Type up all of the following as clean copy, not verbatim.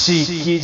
Chique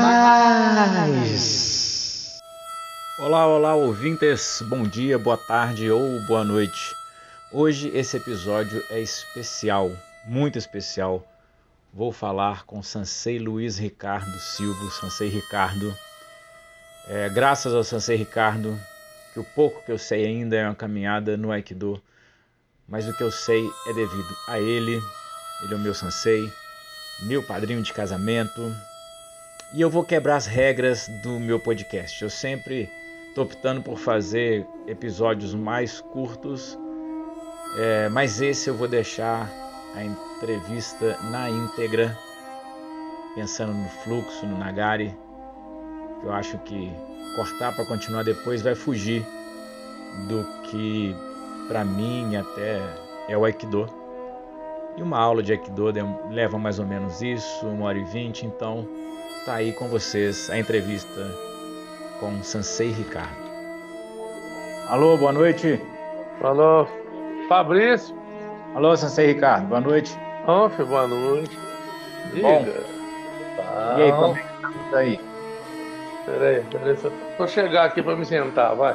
demais! Olá, olá, ouvintes! Bom dia, boa tarde ou boa noite. Hoje esse episódio é especial, muito especial. Vou falar com Sensei Luiz Ricardo Silva, Sensei Ricardo. Graças ao Sensei Ricardo, que o pouco que eu sei ainda é uma caminhada no Aikido, mas o que eu sei é devido a ele. Ele é o meu Sensei, meu padrinho de casamento, e eu vou quebrar as regras do meu podcast. Eu sempre estou optando por fazer episódios mais curtos, mas esse eu vou deixar a entrevista na íntegra, pensando no fluxo, no Nagari. Eu acho que cortar para continuar depois vai fugir do que para mim até é o Aikido. E uma aula de Aikido leva mais ou menos isso, 1h20, então tá aí com vocês a entrevista com o Sensei Ricardo. Alô, boa noite. Alô, Fabrício. Alô, Sensei Ricardo, boa noite. Boa noite. Diga. Bom. E aí, como é que tá aí? Peraí, vou chegar aqui para me sentar, vai.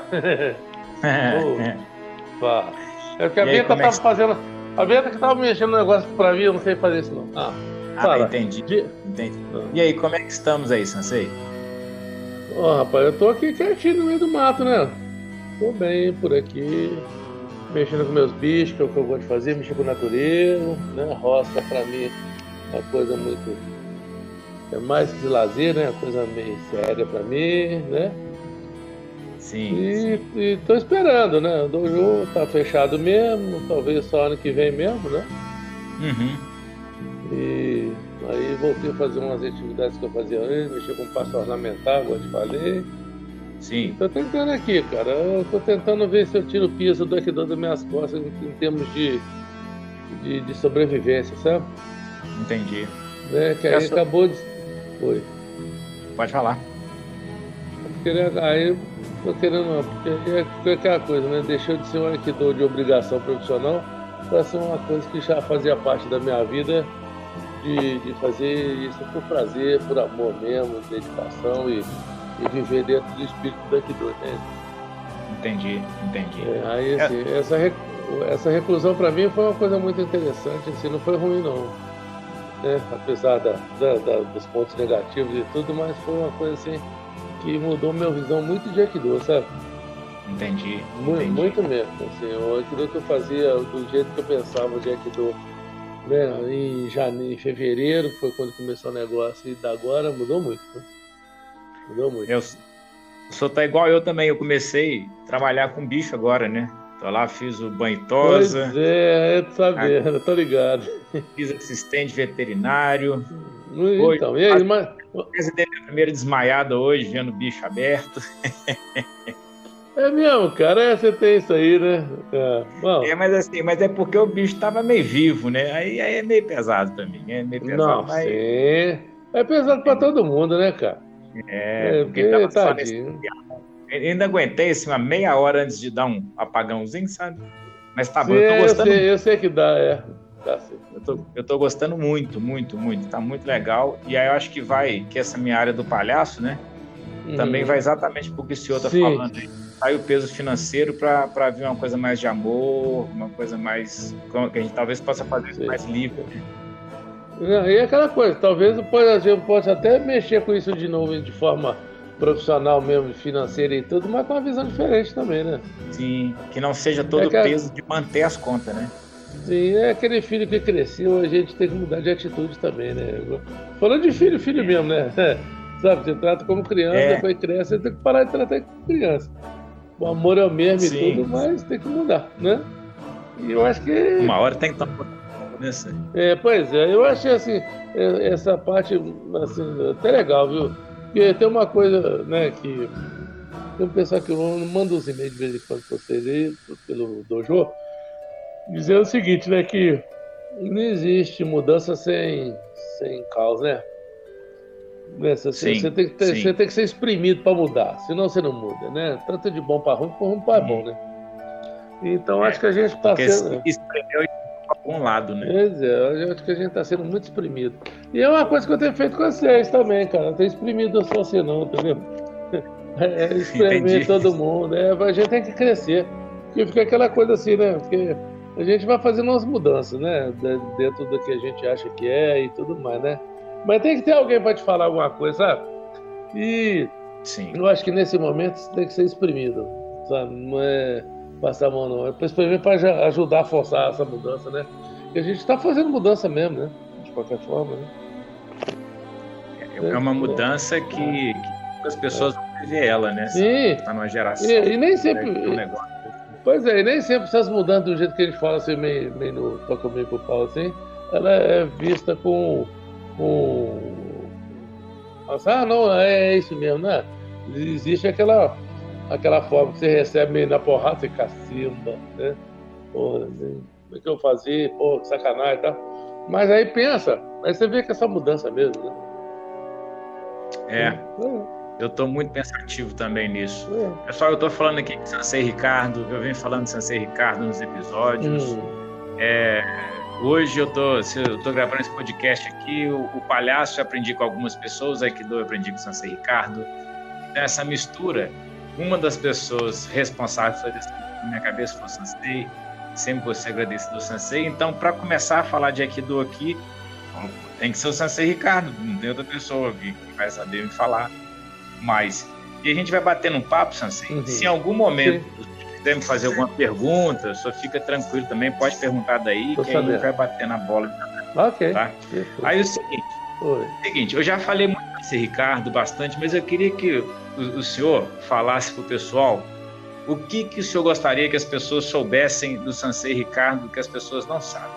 Vá. É porque a Benta tava fazendo. A Benta que tava mexendo no negócio pra mim, eu não sei fazer isso não. Entendi. E aí, como é que estamos aí, Sensei? Rapaz, eu tô aqui quietinho no meio do mato, né? Tô bem por aqui, mexendo com meus bichos, que é o que eu gosto de fazer, mexer com a natureza, né? Roça pra mim é uma coisa muito. É mais que de lazer, né? Uma coisa meio séria pra mim, né? Sim. E tô esperando, né? O dojo tá fechado mesmo, talvez só ano que vem mesmo, né? Uhum. E aí voltei a fazer umas atividades que eu fazia antes, mexer com passo ornamental, como eu te falei. Sim. Tô tentando aqui, cara. Eu tô tentando ver se eu tiro o piso do Aikido das minhas costas em termos de sobrevivência, sabe? Entendi. Que aí acabou de. Oi. Pode falar. Aí tô querendo, porque é aquela coisa, né? Deixou de ser um Aikido de obrigação profissional para ser uma coisa que já fazia parte da minha vida, de fazer isso por prazer, por amor mesmo, dedicação e viver dentro do espírito do Aikido, né? Entendi. Aí assim, essa reclusão para mim foi uma coisa muito interessante, assim, não foi ruim não, né? Apesar dos pontos negativos e tudo, mas foi uma coisa assim que mudou minha visão muito de Aikido, sabe? Entendi. Muito mesmo. Assim, o Aikido que eu fazia, do jeito que eu pensava de Aikido, né? Em janeiro, em fevereiro, foi quando começou o negócio, e da agora mudou muito. Né? Mudou muito. O senhor tá igual eu também, eu comecei a trabalhar com bicho agora, né? Tô lá, fiz o banho tosa. Pois eu tô sabendo, eu tô ligado. Fiz assistente veterinário. Então, e aí, mas... Quase dei minha primeira desmaiada hoje, vendo o bicho aberto. É mesmo, cara, você tem isso aí, né? Bom. Mas é porque o bicho tava meio vivo, né? Aí é meio pesado pra mim, é meio pesado. Não, mas... sim. É pesado pra todo mundo, né, cara? Porque tava só tadinho. Eu ainda aguentei assim, uma meia hora antes de dar um apagãozinho, sabe? Mas tá bom, sim, eu tô gostando. Eu sei que dá, Tá, sim. Eu tô gostando muito. Tá muito legal. E aí eu acho que essa minha área do palhaço, né? Também vai exatamente porque o senhor tá falando aí. Sai o peso financeiro para vir uma coisa mais de amor, uma coisa mais que a gente talvez possa fazer mais livre. E é aquela coisa, talvez a gente possa até mexer com isso de novo de forma profissional mesmo, financeira e tudo, mas com uma visão diferente também, né? Sim, que não seja todo o peso de manter as contas, né? Sim, é aquele filho que cresceu, a gente tem que mudar de atitude também, né? Falando de filho mesmo, né? Sabe, você trata como criança, depois cresce, você tem que parar de tratar como criança. O amor é o mesmo e tudo, mas tem que mudar, né? E eu acho que... Uma hora tem que estar... Pois é, eu achei assim, essa parte assim, até legal, viu? Porque tem uma coisa, né, que tem um pessoal que manda uns e-mails de vez em quando pra vocês aí, pelo dojo, dizendo o seguinte, né, que não existe mudança sem caos, né? Você tem que ser exprimido para mudar, senão você não muda, né? Tanto de bom para ruim, para ruim para bom, né? Então acho que a gente está sendo... algum lado, né? Pois é, eu acho que a gente está sendo muito exprimido. E é uma coisa que eu tenho feito com vocês também, cara. Não tenho exprimido só assim, não, entendeu? Espremer Entendi. todo mundo. A gente tem que crescer. Porque fica aquela coisa assim, né? Porque a gente vai fazendo umas mudanças, né? Dentro do que a gente acha que é e tudo mais, né? Mas tem que ter alguém para te falar alguma coisa, sabe? E Sim. eu acho que nesse momento você tem que ser exprimido, sabe? Não é passar a mão, não. É para exprimir para ajudar a forçar essa mudança, né? E a gente está fazendo mudança mesmo, né? De qualquer forma, né? É uma mudança que as pessoas vão viver ela, né? Você Sim, está numa geração, e nem né, que é um sempre. negócio. Pois é, e nem sempre essas mudanças do jeito que a gente fala assim, meio no, toca meio pro pau assim, ela é vista com nossa, não, é isso mesmo, né? Existe aquela forma que você recebe meio na porrada, você cacimba, né? Porra, né? Como é que eu fazia? Pô, que sacanagem e tal. Mas aí pensa, aí você vê que essa mudança mesmo, né? É, eu estou muito pensativo também nisso. É, é. Pessoal, eu estou falando aqui de Sansei Ricardo, eu venho falando de Sansei Ricardo nos episódios. Hum, Hoje eu tô gravando esse podcast aqui, o palhaço eu aprendi com algumas pessoas, Aikido eu aprendi com o Sansei Ricardo. Então, essa mistura, uma das pessoas responsáveis por isso na minha cabeça foi o Sansei, sempre vou ser agradecido ao Sansei. Então, para começar a falar de Aikido aqui, tem que ser o Sansei Ricardo, não tem outra pessoa que vai saber me falar mais. E a gente vai batendo um papo, Sansei. Se em uhum. algum momento Sim, quiser me fazer alguma pergunta, só fica tranquilo também, pode perguntar daí, tô que aí a gente sabendo. vai bater na bola, Ok, tá? perfeito. Aí Oi. o seguinte, eu já falei muito com esse Ricardo bastante, mas eu queria que o senhor falasse para o pessoal o que o senhor gostaria que as pessoas soubessem do Sansei Ricardo que as pessoas não sabem.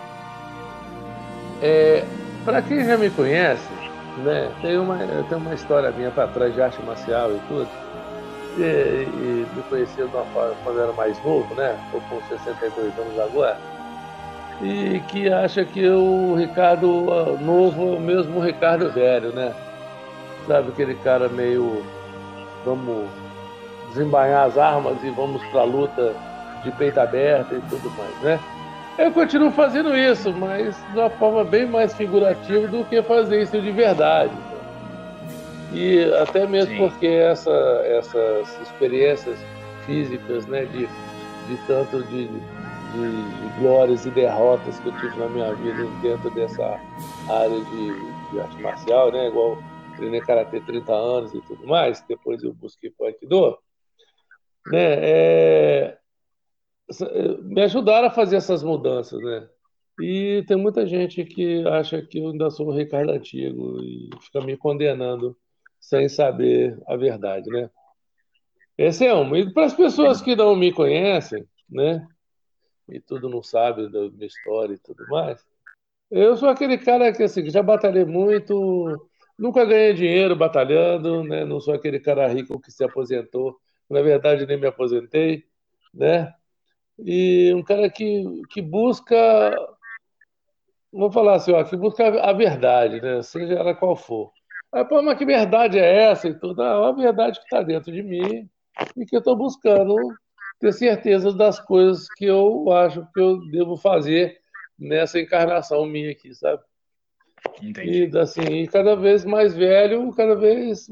Para quem já me conhece, né, eu tenho uma história minha para trás de arte marcial e tudo. E me conheceu quando eu era mais novo, né? Estou com 62 anos agora. E que acha que o Ricardo novo é o mesmo Ricardo velho, né? Sabe, aquele cara meio, vamos desembainhar as armas e vamos para a luta de peito aberto e tudo mais, né? Eu continuo fazendo isso, mas de uma forma bem mais figurativa do que fazer isso de verdade. E até mesmo Sim, porque essas experiências físicas, né, de tanto de glórias e derrotas que eu tive na minha vida dentro dessa área de arte marcial, né, igual treinei karatê 30 anos e tudo mais, depois eu busquei para o Aikido, né, me ajudaram a fazer essas mudanças, né? E tem muita gente que acha que eu ainda sou o Ricardo antigo e fica me condenando sem saber a verdade, né? Esse é um. E para as pessoas entendi. que não me conhecem, né? E tudo não sabe da minha história e tudo mais, eu sou aquele cara que assim, que já batalhei muito, nunca ganhei dinheiro batalhando, né? Não sou aquele cara rico que se aposentou, na verdade nem me aposentei, né? E um cara que busca, vou falar assim, ó, que busca a verdade, né? Seja ela qual for. Aí, pô, mas que verdade é essa e tudo? Ah, a verdade que está dentro de mim e que eu estou buscando ter certeza das coisas que eu acho que eu devo fazer nessa encarnação minha aqui, sabe? E Entendi. assim, e cada vez mais velho, cada vez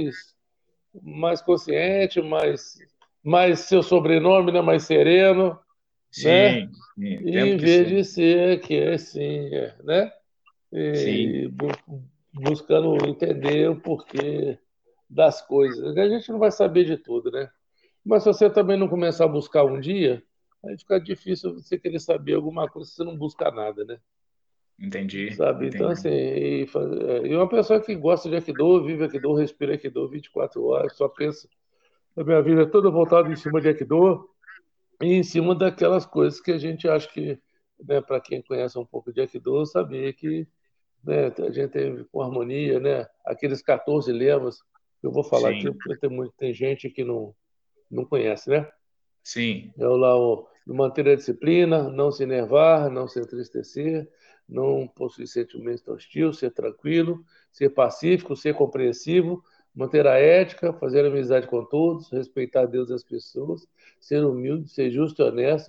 mais consciente, mais seu sobrenome, né? Mais sereno, né? Sim, sim, E temos em que vez ser. de ser que é assim, né? Sim, E buscando entender o porquê das coisas. A gente não vai saber de tudo, né? Mas se você também não começar a buscar um dia, aí fica difícil você querer saber alguma coisa se você não buscar nada, né? entendi, Sabe? Então, entendi. assim, e uma pessoa que gosta de Aikido, vive Aikido, respira Aikido 24 horas, só pensa, a minha vida é toda voltada em cima de Aikido e em cima daquelas coisas que a gente acha que, né, para quem conhece um pouco de Aikido, saber que, né, a gente teve com harmonia, né, aqueles 14 lemas, que eu vou falar aqui, Sim, porque tem gente que não conhece, né? sim, É o lá o manter a disciplina, não se enervar, não se entristecer, não possuir sentimento hostil, ser tranquilo, ser pacífico, ser compreensivo, manter a ética, fazer amizade com todos, respeitar Deus e as pessoas, ser humilde, ser justo e honesto,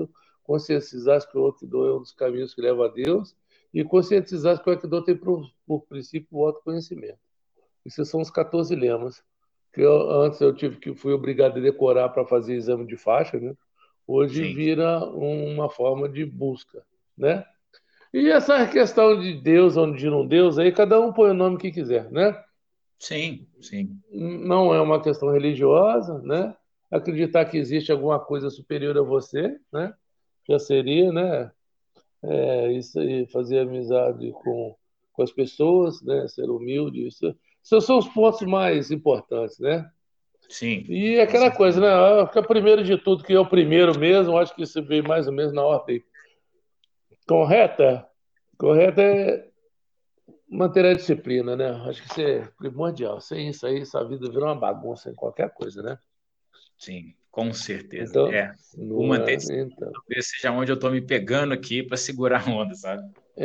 conscientizasse que o Aikido é um dos caminhos que leva a Deus e conscientizasse que o Aikido tem por princípio o autoconhecimento. Esses são os 14 lemas que antes fui obrigado a decorar para fazer exame de faixa, né? Hoje Sim, vira uma forma de busca, né? E essa questão de Deus ou de não Deus, aí cada um põe o nome que quiser, né? sim, sim, Não é uma questão religiosa, né? Acreditar que existe alguma coisa superior a você, né? Já seria, né? Isso aí, fazer amizade com as pessoas, né? Ser humilde, esses são os pontos mais importantes, né? sim, E com aquela coisa, certeza. né? Acho que primeiro de tudo, que é o primeiro mesmo, acho que isso veio mais ou menos na ordem correta. Correta é manter a disciplina, né? Acho que isso é primordial. Sem isso aí, essa vida vira uma bagunça em qualquer coisa, né? Sim, com certeza. Então, É, o não manter é, disciplina então. talvez seja onde eu estou me pegando aqui para segurar a onda, sabe?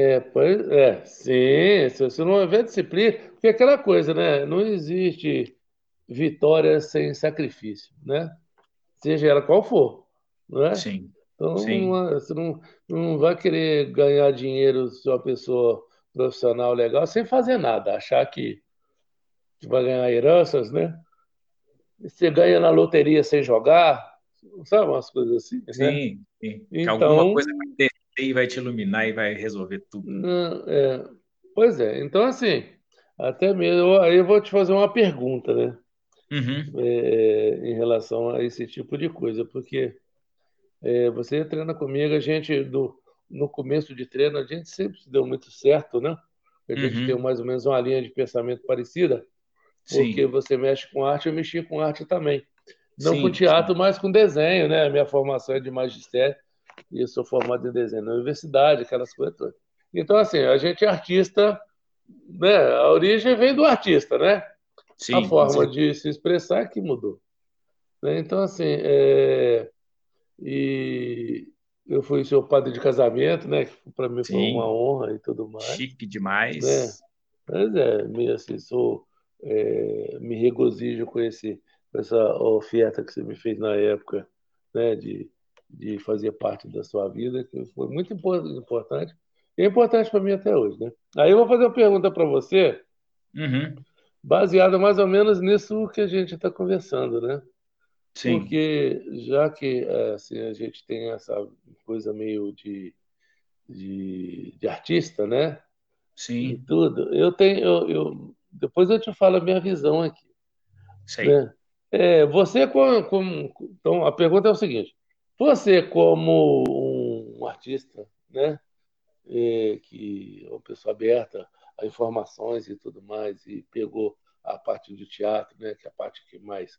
Sim, se você não houver disciplina, porque é aquela coisa, né? Não existe vitória sem sacrifício, né? Seja ela qual for, não é? Sim, Então, sim, você não vai querer ganhar dinheiro se uma pessoa profissional legal sem fazer nada, achar que vai ganhar heranças, né? Você ganha na loteria sem jogar, sabe umas coisas assim, né? sim, sim. Que alguma coisa vai Então, descer e vai te iluminar e vai resolver tudo. não, pois é. Então, assim, até mesmo, aí eu vou te fazer uma pergunta, né? Uhum, Em relação a esse tipo de coisa, porque você treina comigo, no começo de treino, a gente sempre se deu muito certo, né? A gente tem uhum, mais ou menos uma linha de pensamento parecida, porque sim, você mexe com arte, eu mexi com arte também. Não com sim, sim, teatro, mas com desenho, né? A minha formação é de magistério e eu sou formado em desenho na universidade, aquelas coisas todas. Então, assim, a gente é artista, né? A origem vem do artista, né? A sim, com forma certeza. de se expressar é que mudou, né? Então, assim, e eu fui seu padre de casamento, né? Que para mim foi uma Sim, honra e tudo mais, chique né? demais. Mas meio assim, me regozijo com essa oferta que você me fez na época, né? De fazer parte da sua vida, que foi muito importante e é importante para mim até hoje, né? Aí eu vou fazer uma pergunta para você, Uhum, baseada mais ou menos nisso que a gente está conversando, né? sim, Porque já que assim, a gente tem essa coisa meio de artista, né? E sim, tudo, depois eu te falo a minha visão aqui, sei. né? Você então a pergunta é o seguinte: você como um artista, né? Que é uma pessoa aberta a informações e tudo mais e pegou a parte do teatro, né? Que é a parte que mais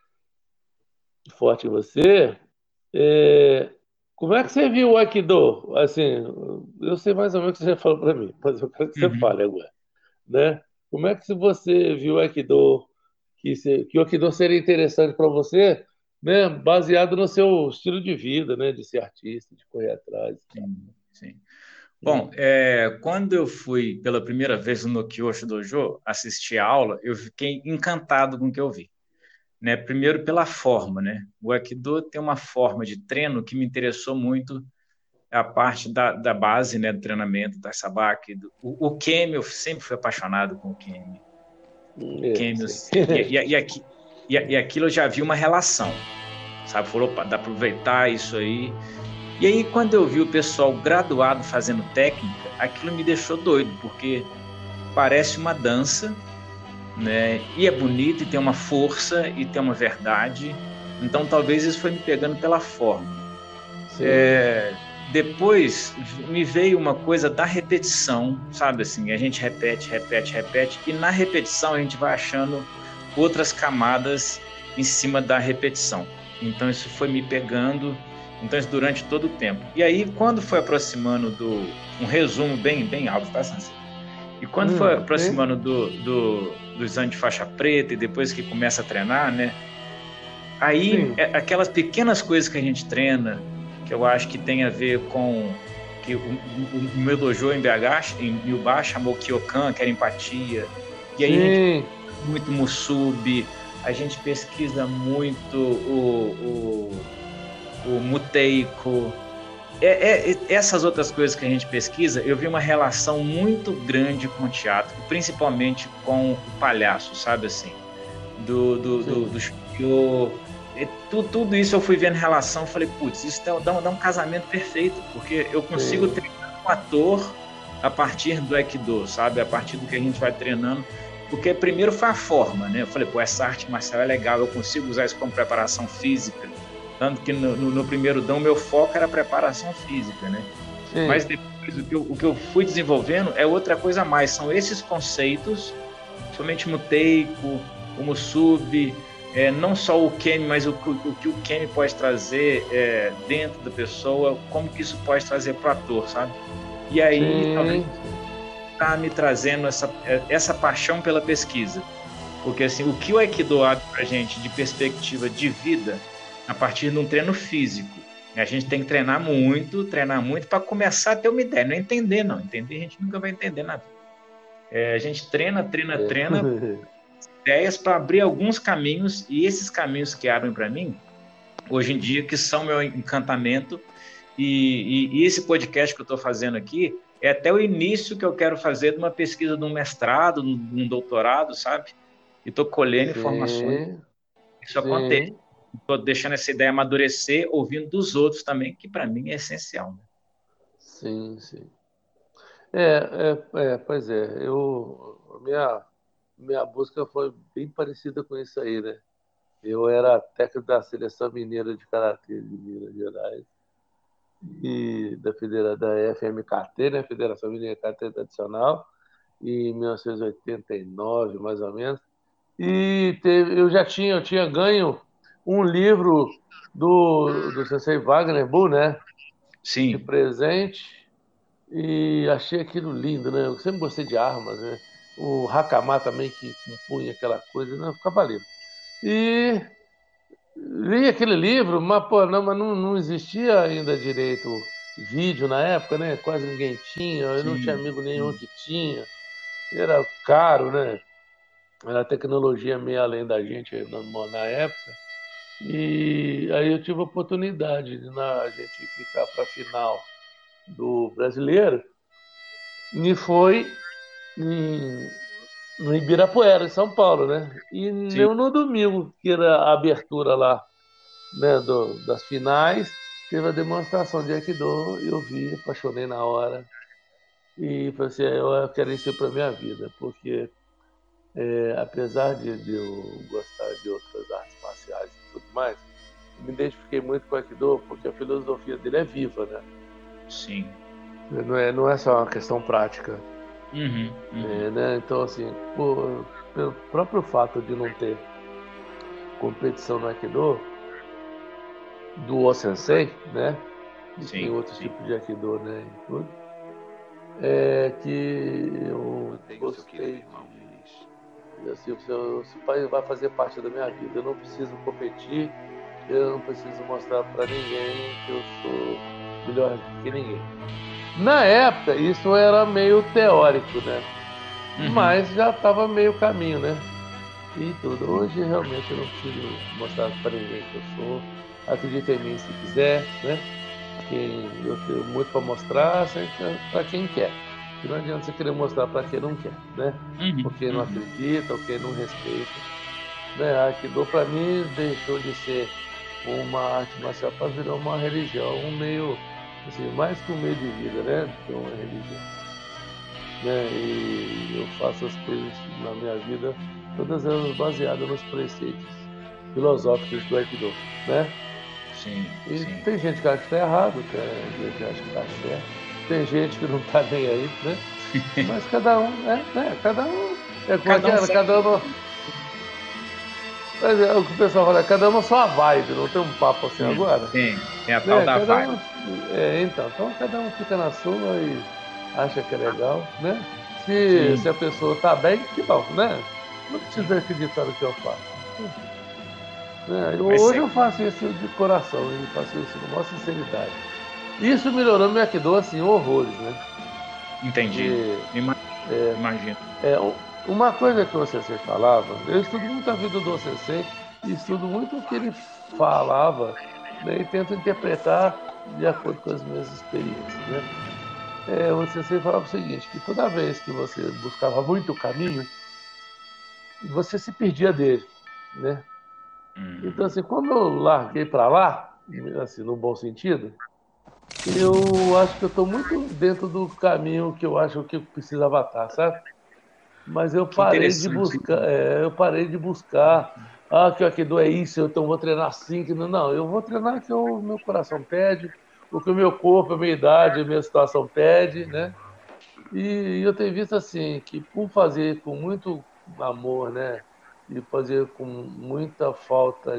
forte em você. É, como é que você viu o Aikido? Assim, eu sei mais ou menos o que você já falou para mim, mas eu quero que você Uhum. fale agora, né? Como é que você viu o Aikido, que o Aikido seria interessante para você, né? Baseado no seu estilo de vida, né? De ser artista, de correr atrás e tal. Sim, sim. Hum, Bom, quando eu fui pela primeira vez no Kyosho Dojo assistir a aula, eu fiquei encantado com o que eu vi, né? Primeiro pela forma, né? O Aikido tem uma forma de treino que me interessou muito, a parte da base, né, do treinamento, da sabaki, o Kemi, eu sempre fui apaixonado com o Kemi. O Kemi, sim. e aquilo eu já vi uma relação, sabe? Falou, opa, dá para aproveitar isso aí. E aí, quando eu vi o pessoal graduado fazendo técnica, aquilo me deixou doido, porque parece uma dança, né? E é bonito, e tem uma força, e tem uma verdade. Então, talvez isso foi me pegando pela forma. Sim. Depois me veio uma coisa da repetição, sabe assim? A gente repete, repete, repete, e na repetição a gente vai achando outras camadas em cima da repetição. Então, isso foi me pegando. Então, isso durante todo o tempo. E aí, quando foi aproximando um resumo bem alto, tá, Sansa? E quando foi Sim. aproximando do exame de faixa preta e depois que começa a treinar, né? Aí, Sim. aquelas pequenas coisas que a gente treina, que eu acho que tem a ver com que o meu dojo em BH, em Nilbar, chamou Kyokan, que era empatia. E aí a gente Sim. muito musubi, a gente pesquisa muito o Muteiko, Essas outras coisas que a gente pesquisa, eu vi uma relação muito grande com o teatro, principalmente com o palhaço, sabe assim? Do Sim, eu, tudo isso eu fui vendo relação, falei, putz, isso dá um casamento perfeito, porque eu consigo sim, treinar um ator a partir do Aikido, sabe? A partir do que a gente vai treinando. Porque primeiro foi a forma, né? Eu falei, pô, essa arte marcial é legal, eu consigo usar isso como preparação física. Tanto que no primeiro dão, meu foco era preparação física, né? sim, Mas depois o que eu fui desenvolvendo é outra coisa a mais, são esses conceitos, somente Muteiko, o Musubi, não só o Kemi, mas o que o Kemi pode trazer dentro da pessoa, como que isso pode trazer para o ator, sabe? E aí talvez sim, está me trazendo essa paixão pela pesquisa. Porque assim, o que o Aikido abre para a gente de perspectiva de vida a partir de um treino físico, né? A gente tem que treinar muito para começar a ter uma ideia, não é entender, não. Entender a gente nunca vai entender na vida. A gente treina é. ideias para abrir alguns caminhos, e esses caminhos que abrem para mim, hoje em dia, que são meu encantamento, e esse podcast que eu estou fazendo aqui é até o início que eu quero fazer de uma pesquisa de um mestrado, de um doutorado, sabe? E estou colhendo informações, Sim, isso acontece. sim, Estou deixando essa ideia amadurecer, ouvindo dos outros também, que para mim é essencial. Né? sim, sim. Pois é, minha busca foi bem parecida com isso aí, né? Eu era técnico da Seleção Mineira de Karatê de Minas Gerais e da FMKT, né? Federação Mineira de Karatê Tradicional, em 1989, mais ou menos. Eu tinha ganho um livro do Sensei Wagner Bull, né? De Sim, presente. E achei aquilo lindo, né? Eu sempre gostei de armas, né? O Hakama também, que compunha aquela coisa, né? Ficava lindo. E li aquele livro, mas, pô, não existia ainda direito vídeo na época, né? Quase ninguém tinha, eu não tinha sim, amigo nenhum sim. que tinha. Era caro, né? Era tecnologia meio além da gente na época. E aí eu tive a oportunidade de a gente ficar para a final do brasileiro. E foi em, no Ibirapuera, em São Paulo, né? E Sim. no domingo, que era a abertura lá, né, das finais, teve a demonstração de Aikido, eu vi, apaixonei na hora e falei assim, eu quero isso para minha vida, porque apesar de eu gostar de outras artes marciais e tudo mais, me identifiquei muito com o Aikido porque a filosofia dele é viva, né? Sim. Não é só uma questão prática. Uhum, uhum. Né? Então, assim, pelo próprio fato de não ter competição no Aikido, do O-Sensei, né? E tem Sim, outros sim. tipos de Aikido, né? E tudo, é que eu gostei assim, o pai vai fazer parte da minha vida. Eu não preciso competir, eu não preciso mostrar para ninguém que eu sou melhor que ninguém. Na época, isso era meio teórico, né? Uhum, Mas já estava meio caminho, né? E tudo. sim. Hoje realmente eu não preciso mostrar para ninguém que eu sou. Acredita em mim se quiser, né? Eu tenho muito para mostrar, para quem quer. E não adianta você querer mostrar para quem não quer, né? Ou Uhum, quem não uhum. acredita, ou quem não respeita. Né? A Aikido para mim deixou de ser uma arte marcial para virar uma religião, um meio, assim, mais que um meio de vida, né? Do que uma religião. Né? E eu faço as coisas na minha vida, todas elas baseadas nos preceitos filosóficos do Aikido, né? Sim, E sim. tem gente que acha que está errado, tem gente que acha que está certo, tem gente que não está nem aí, né? Mas cada um, né? Cada um, como é que Cada um era? segue. Cada um, mas é o que o pessoal fala, cada um a sua vibe, não tem um papo assim agora? Tem a tal Né? da Cada vibe. um, então cada um fica na sua e acha que é legal, né? Se Sim. a pessoa está bem, que bom, né? Não precisa acreditar no que eu faço. Né? Mas Hoje eu faço isso de coração, e faço isso com maior sinceridade. Isso melhorou meu Aikido, assim, horrores, né? entendi. Porque Imagino. uma coisa que o Sensei falava, eu estudo muito a vida do Sensei e estudo muito o que ele falava, né, e tento interpretar de acordo com as minhas experiências, né? Você sempre falava o seguinte, que toda vez que você buscava muito o caminho, você se perdia dele, né? Então, Uhum. assim, quando eu larguei para lá, assim, no bom sentido, eu acho que eu estou muito dentro do caminho que eu acho que eu precisava estar, sabe? Mas Que interessante. eu parei de buscar, que o Aikido é isso, então vou treinar assim, que não, eu vou treinar que o meu coração pede, o que o meu corpo, a minha idade, a minha situação pede, né? E eu tenho visto assim que por fazer com muito amor, né, e fazer com muita falta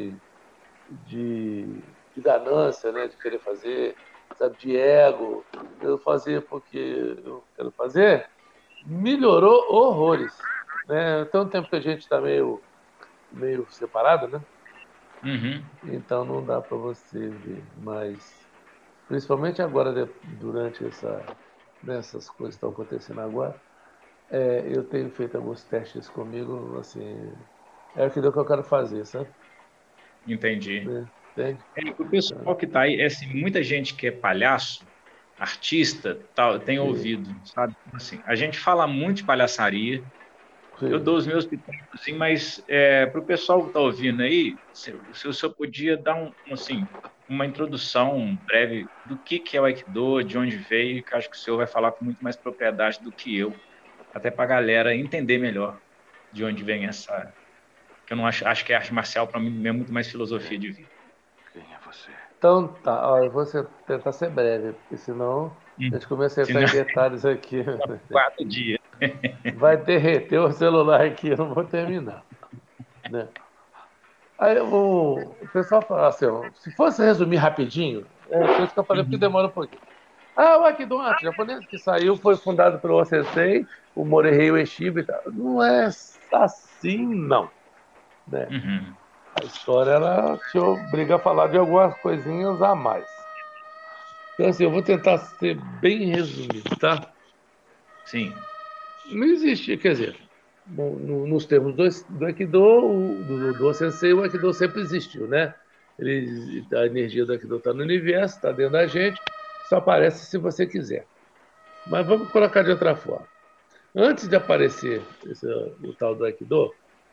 de ganância, né, de querer fazer, sabe, de ego, eu fazer porque eu quero fazer, melhorou horrores, né? Tanto tempo que a gente está meio separado, né? Uhum. Então não dá para você ver, mas principalmente agora, durante nessas coisas que estão acontecendo agora, eu tenho feito alguns testes comigo, assim, é aquilo que eu quero fazer, sabe? Entendi. Né? Entende? O pessoal Então, que está aí, assim, muita gente que é palhaço, artista, tal, tem sim, ouvido, sabe? Assim, a gente fala muito de palhaçaria. Eu sim. dou os meus pitacos, assim, mas para o pessoal que está ouvindo aí, se o senhor podia dar assim, uma introdução breve do que é o Aikido, de onde veio, que eu acho que o senhor vai falar com muito mais propriedade do que eu, até para a galera entender melhor de onde vem essa. Que eu não acho que a arte marcial, para mim, é muito mais filosofia de vida. Então tá, ó, eu vou tentar ser breve, porque senão a gente começa a Se não, entrar em detalhes aqui. 4 dias. Vai derreter o celular aqui, eu não vou terminar, né? Aí o pessoal fala assim, ó, se fosse resumir rapidinho, por isso que eu falei porque Uhum. demora um pouquinho. O Aikido, japonês que saiu, foi fundado pelo Sensei, o Morihei Ueshiba e tal. Não é assim, não, né? Uhum. A história, ela te obriga a falar de algumas coisinhas a mais. Então, assim, eu vou tentar ser bem resumido, tá? Sim, Não existe, quer dizer, nos termos do Aikido, do Sensei, o Aikido sempre existiu, né? A energia do Aikido está no universo, está dentro da gente, só aparece se você quiser. Mas vamos colocar de outra forma. Antes de aparecer o tal do Aikido,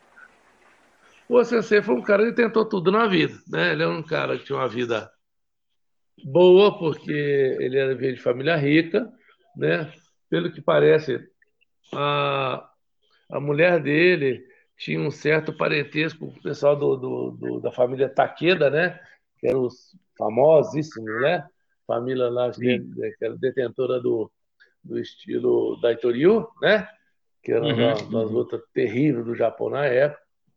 o Sensei foi um cara que tentou tudo na vida, né? Ele é um cara que tinha uma vida boa, porque veio de família rica, né? Pelo que parece, a, a mulher dele tinha um certo parentesco com o pessoal da família Takeda, né? Que eram os famosíssimos, né? Família lá sim. que era detentora do estilo Daitoryu, né? Que era Uhum, uma das uhum. lutas terríveis do Japão na época.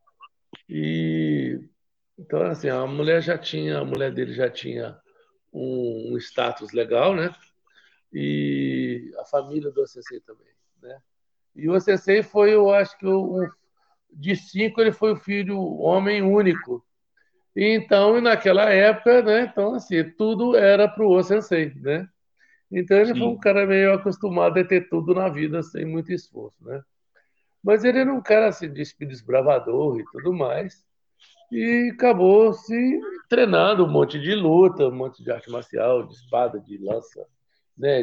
E então, assim, a mulher dele já tinha um status legal, né? E a família do Sensei também, né? E o Sensei foi, eu acho que de cinco ele foi o filho homem único. E então, naquela época, né? Então, assim, tudo era para o Sensei, né? Então ele foi um Sim, cara meio acostumado a ter tudo na vida sem muito esforço, né? Mas ele era um cara assim, de espírito desbravador e tudo mais. E acabou se treinando um monte de luta, um monte de arte marcial, de espada, de lança, né?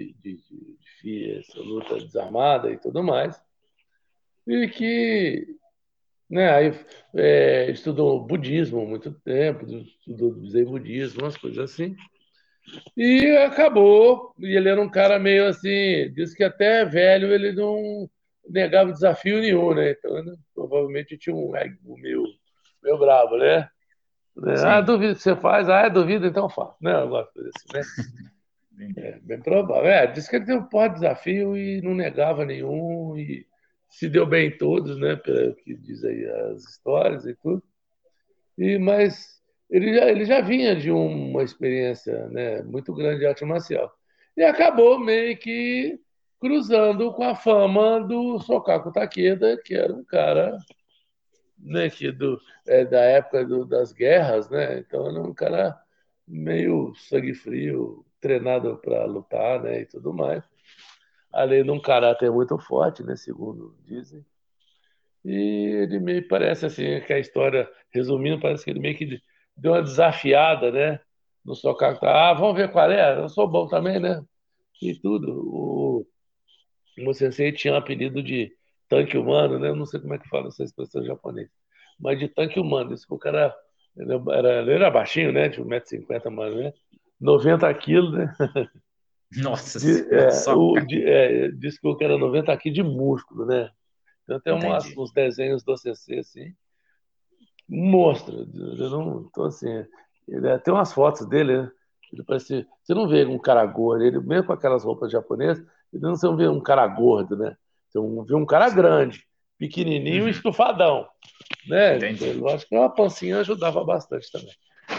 Essa luta desarmada e tudo mais. E que, né, aí estudou budismo há muito tempo, estudou Zen budismo, umas coisas assim. E acabou, e ele era um cara meio assim, diz que até velho ele não negava desafio nenhum, né? Então, né, provavelmente tinha um ego meio brabo, né? sim. Duvido que você faz, duvido, então faço, né? Alguma coisa assim, né? Entendi. Bem provável. Diz que ele tem um porra de desafio e não negava nenhum, e se deu bem em todos, né? Pelo que diz aí as histórias e tudo. Mas ele já vinha de uma experiência, né, muito grande de arte marcial. E acabou meio que cruzando com a fama do Sokaku Takeda, que era um cara, né, da época das guerras, né? Então era um cara meio sangue frio, treinado para lutar, né, e tudo mais. Além de um caráter muito forte, né, segundo dizem. E ele meio parece assim, que a história, resumindo, parece que ele meio que deu uma desafiada, né? no Socaco. Ah, vamos ver qual é? Eu sou bom também, né? E tudo. O sensei tinha um apelido de tanque humano, né? Eu não sei como é que fala essa expressão em japonês, mas de tanque humano. Isso que o cara ele era baixinho, né? De 1,50 m, mais ou menos. 90 quilos, né? Nossa senhora, só. Diz que o cara era 90 quilos de músculo, né? Então tem Entendi. uns desenhos do CC, assim, mostra. Eu não, então, assim, tem umas fotos dele, né? Ele parece, você não vê um cara gordo, ele, mesmo com aquelas roupas japonesas, você não vê um cara gordo, né? Vê um cara grande, pequenininho e Uhum, estufadão, né? entendi. Eu acho que uma pancinha ajudava bastante também.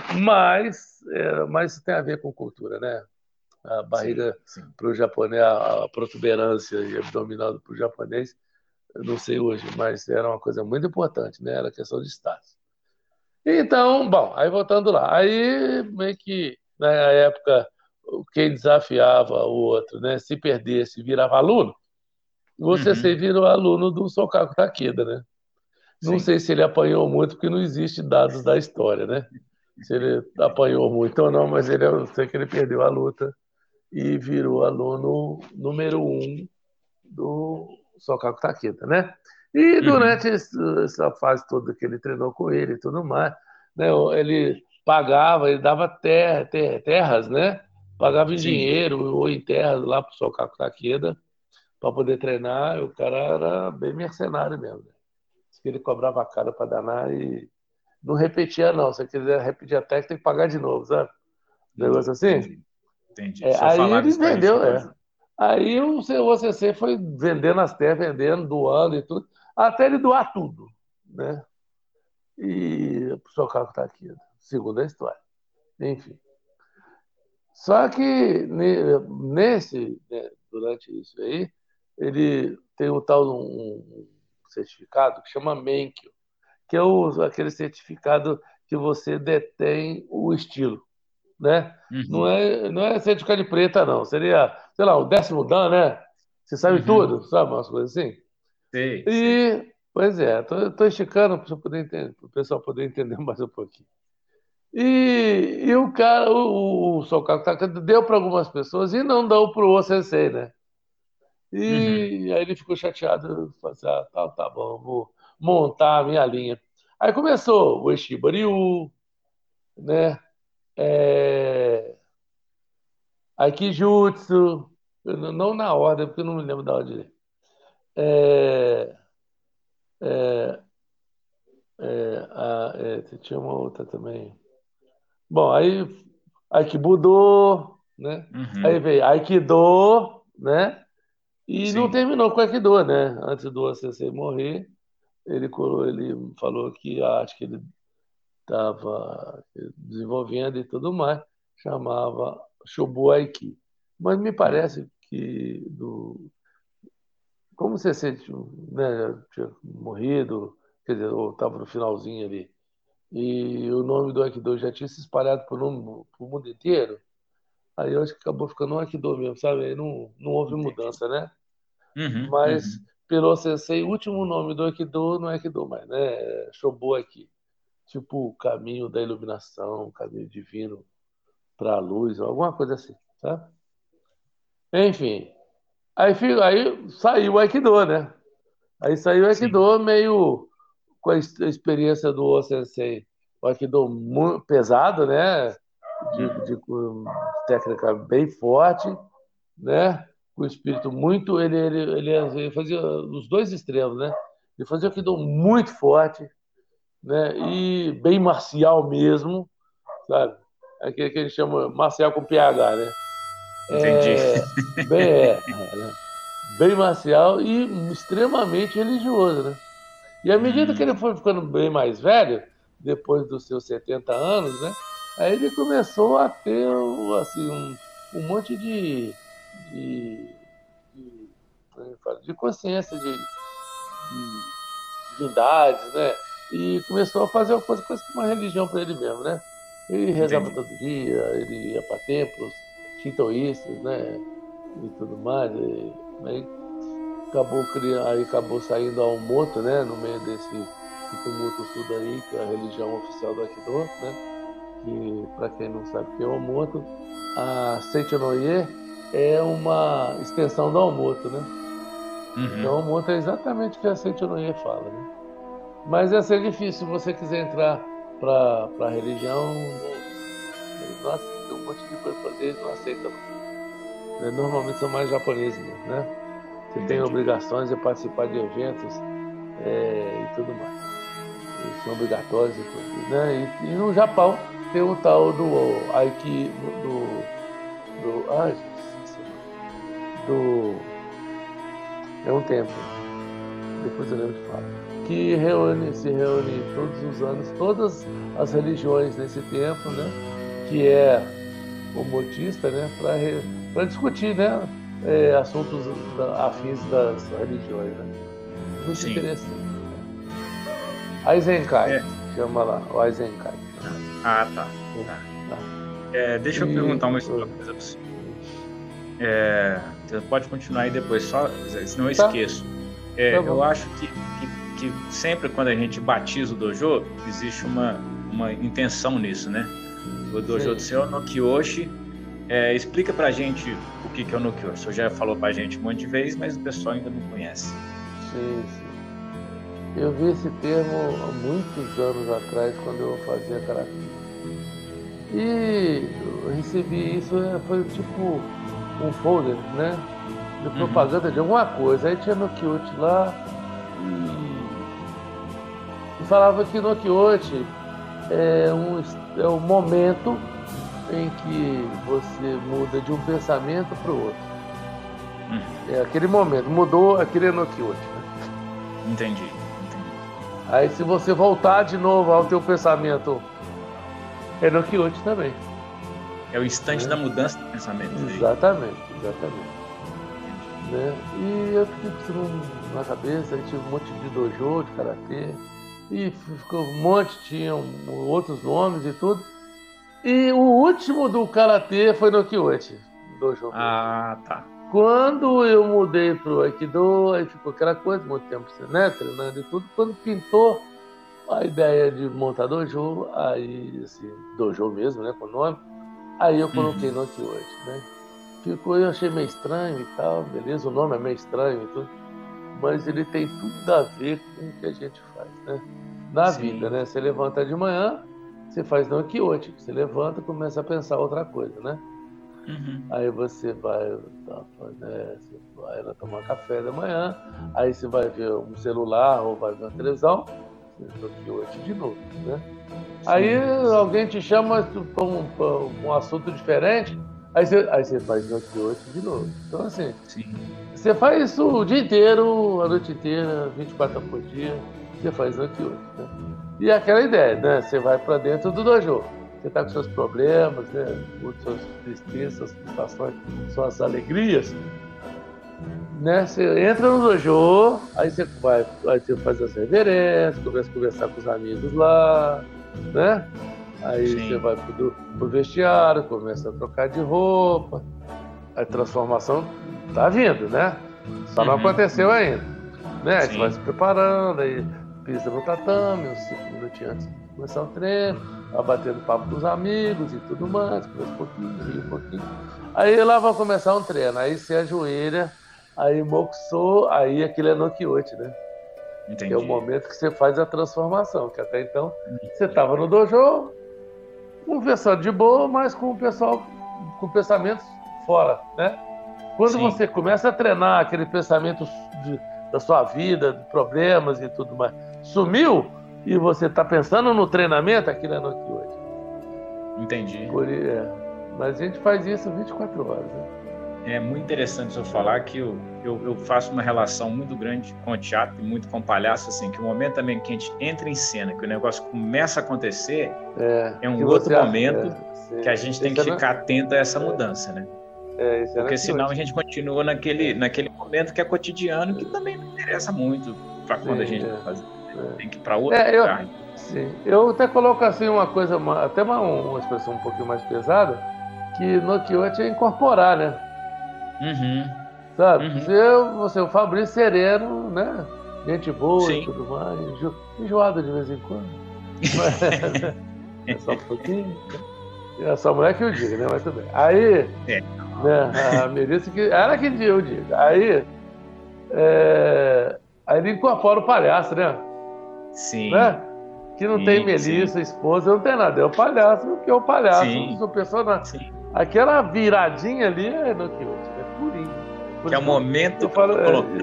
Mas isso tem a ver com cultura, né? A Sim, barriga sim. para o japonês, a protuberância e abdominal para o japonês, eu não sei hoje, mas era uma coisa muito importante, né? Era questão de status. Então, bom, aí voltando lá. Aí meio que na época quem desafiava o outro, né? Se perdesse, virava aluno. Você se Uhum, virou aluno do Sokaku Takeda, né? Não sim. sei se ele apanhou muito, porque não existe dados da história, né? Se ele apanhou muito ou não, mas eu sei que ele perdeu a luta e virou aluno número um do Sokaku Takeda, né? E Uhum, durante essa fase toda que ele treinou com ele e tudo mais, né, ele pagava, ele dava terras, né? Pagava em sim. dinheiro ou em terras lá para o Sokaku Takeda para poder treinar. E o cara era bem mercenário mesmo, né? Diz que ele cobrava caro para danar e não repetia, não. Se você quiser repetir a técnica, tem que pagar de novo, sabe? Negócio assim. Entendi, entendi. Só Aí falava ele isso pra gente vendeu, doido. Aí o CC foi vendendo as terras, vendendo, doando e tudo, até ele doar tudo, né? E o seu carro está aqui, segundo a história. Enfim. Só que durante isso aí, ele tem um tal um certificado que chama Menkyo, que é aquele certificado que você detém o estilo, né? Uhum, Não é certificado de preta, não. Seria, sei lá, o 10º Dan, né? Você sabe uhum. tudo, sabe? Umas coisas assim. Sei, sei. Pois é, tô esticando para o pessoal poder entender mais um pouquinho. E o cara, o Sokaku Takada deu para algumas pessoas e não deu para o OCC, né? Uhum, E aí ele ficou chateado, falou assim, tá bom, vou montar a minha linha. Aí começou o Eshibariu, né? É, Aikijutsu, não na ordem, porque eu não me lembro da ordem. É, tinha uma outra também. Bom, aí Aikibudo, né? Aí uhum. veio Aikido, né? E não Sim, terminou com Aikido, né? Antes do ACC morrer, ele falou que a arte que ele estava desenvolvendo e tudo mais chamava Shobu Aiki. Mas me uhum. parece que como você sentiu, né? Tinha morrido, quer dizer, ou estava no finalzinho ali. E o nome do Aikido já tinha se espalhado pro mundo inteiro. Aí eu acho que acabou ficando um Aikido mesmo, sabe? Aí não houve Entendi. mudança, né? Uhum, Mas uhum. pelo Sensei, o último nome do Aikido não é Aikido mais, né? É Shobu Aiki. Tipo o caminho da iluminação, o caminho divino para a luz, alguma coisa assim, tá? Enfim, aí saiu o Aikido, né? Aí saiu o Sim. Aikido meio com a experiência do Sensei. O Aikido muito pesado, né? Com técnica bem forte, né? Com espírito muito. Ele fazia os dois extremos, né? Ele fazia o Aikido muito forte, né? E bem marcial mesmo, sabe? Aquele que a gente chama marcial com PH, né? Entendi. É, bem, né? Bem marcial e extremamente religioso, né? E à medida que ele Hum, foi ficando bem mais velho, depois dos seus 70 anos, né? Aí ele começou a ter assim, um monte como é que fala? De consciência de divindades, né? E começou a fazer uma coisa quase que uma religião para ele mesmo, né? Ele rezava entendi. todo dia, ele ia para templos shintoístas, né? E tudo mais. Aí aí acabou saindo a Omoto, né? No meio desse tumulto tudo aí, que é a religião oficial do Aikido, né? que, para quem não sabe o que é o Omoto, a Seitonoye é uma extensão do Omoto, né? Então, o Omoto é exatamente o que a Seitonoye fala, né? Mas ia ser difícil se você quiser entrar para a religião. Nossa, tem um monte de coisa para fazer, não aceita. Normalmente são mais japoneses, né? Você tem obrigações de participar de eventos e tudo mais. Eles são obrigatórios e tudo, né? E no Japão tem o tal do Aiki, é um templo, depois eu lembro de falar, que se reúne todos os anos, todas as religiões nesse templo, né? Que é omotista, né? Para discutir, né? Assuntos afins das religiões, né? Muito interessante. Aizenkai, chama lá, o Aizenkai. Ah, tá. Deixa eu perguntar uma coisa para você. Você pode continuar aí depois, só, senão eu esqueço. Eu acho que sempre quando a gente batiza o dojo, existe uma intenção nisso, né? O dojo do seu Nokyoshi. Explica pra gente o que é o Nokyoshi. Você já falou pra gente um monte de vezes, mas o pessoal ainda não conhece. Sim. Eu vi esse termo há muitos anos atrás, quando eu fazia karatê. E eu recebi isso, foi tipo um folder, né? De propaganda de alguma coisa. Aí tinha Nokyoshi lá e falava que Nokyoshi é um momento em que você muda de um pensamento para o outro. Aquele momento, mudou, aquele é Nokyoshi, né? Entendi. Aí se você voltar de novo ao teu pensamento, é Nokyoshi também. É o instante da mudança do pensamento. Exatamente. Né? E eu fiquei com isso na cabeça, aí tive um monte de dojo, de karatê, e ficou um monte, tinham outros nomes e tudo. E o último do karatê foi Nokyoshi, dojo. Ah, tá. Quando eu mudei pro Aikido, aí ficou aquela coisa, muito tempo, né, treinando e tudo. Quando pintou a ideia de montar dojo, aí, assim, dojo mesmo, né, com o nome, aí eu coloquei Nokyoshi, né. Eu achei meio estranho e tal, beleza, o nome é meio estranho e tudo, mas ele tem tudo a ver com o que a gente faz, né, na vida, né. Você levanta de manhã, você faz Nokyoshi, você levanta e começa a pensar outra coisa, né. Aí você vai tomar café da manhã, aí você vai ver um celular ou vai ver uma televisão, Nokyoshi de novo, né? Aí alguém te chama para um assunto diferente, aí você faz Nokyoshi de novo. Então assim, você faz isso o dia inteiro, a noite inteira, 24 horas por dia, você faz Nokyoshi, né? E aquela ideia, né? Você vai para dentro do dojo. Você está com seus problemas, né? Suas tristezas, suas frustrações, suas alegrias, né? Você entra no dojo, aí você faz as reverências, começa a conversar com os amigos lá, né? Aí você vai pro vestiário, começa a trocar de roupa, a transformação tá vindo, né? Só não aconteceu ainda, né? Você vai se preparando, aí pisa no tatame, uns 5 minutinhos antes de começar o treino, vai batendo papo com os amigos e tudo mais, conversa um pouquinho, ri um pouquinho. Aí lá vai começar um treino, aí você ajoelha, aí mokusou, aí aquilo é Nokyoshi, né? Entendi. Que é o momento que você faz a transformação, que até então você estava no dojo, conversando de boa, mas com o pessoal com pensamentos fora, né? Quando você começa a treinar aquele pensamento da sua vida, de problemas e tudo mais, sumiu e você está pensando no treinamento, aquilo é Nokyoshi. Entendi. Mas a gente faz isso 24 horas, né? É muito interessante o senhor falar que eu faço uma relação muito grande com o teatro e muito com o palhaço, assim, que o momento também que a gente entra em cena, que o negócio começa a acontecer, é um outro momento que a gente tem que ficar atento a essa mudança, né? Porque senão a gente continua naquele momento que é cotidiano, que também não interessa muito para quando a gente tem que ir para outro lugar. Sim. Eu até coloco assim uma coisa, até uma expressão um pouquinho mais pesada, que Nokyoshi é incorporar, né? Sabe? Você é o Fabrício sereno, né? Gente boa e tudo mais, enjoado de vez em quando. É só um pouquinho. É só a mulher que eu digo, né? Mas tudo bem. Aí, É, né, a Melissa, ela que eu digo. Aí, aí ele incorpora o palhaço, né? sim, Né? Que não tem sim, sim, Melissa, esposa, não tem nada. É o palhaço, que é o palhaço do sim, seu personagem. sim. Aquela viradinha ali é no Quixote, é purinho. Por Que é o isso que momento eu que eu falo, tô colocando.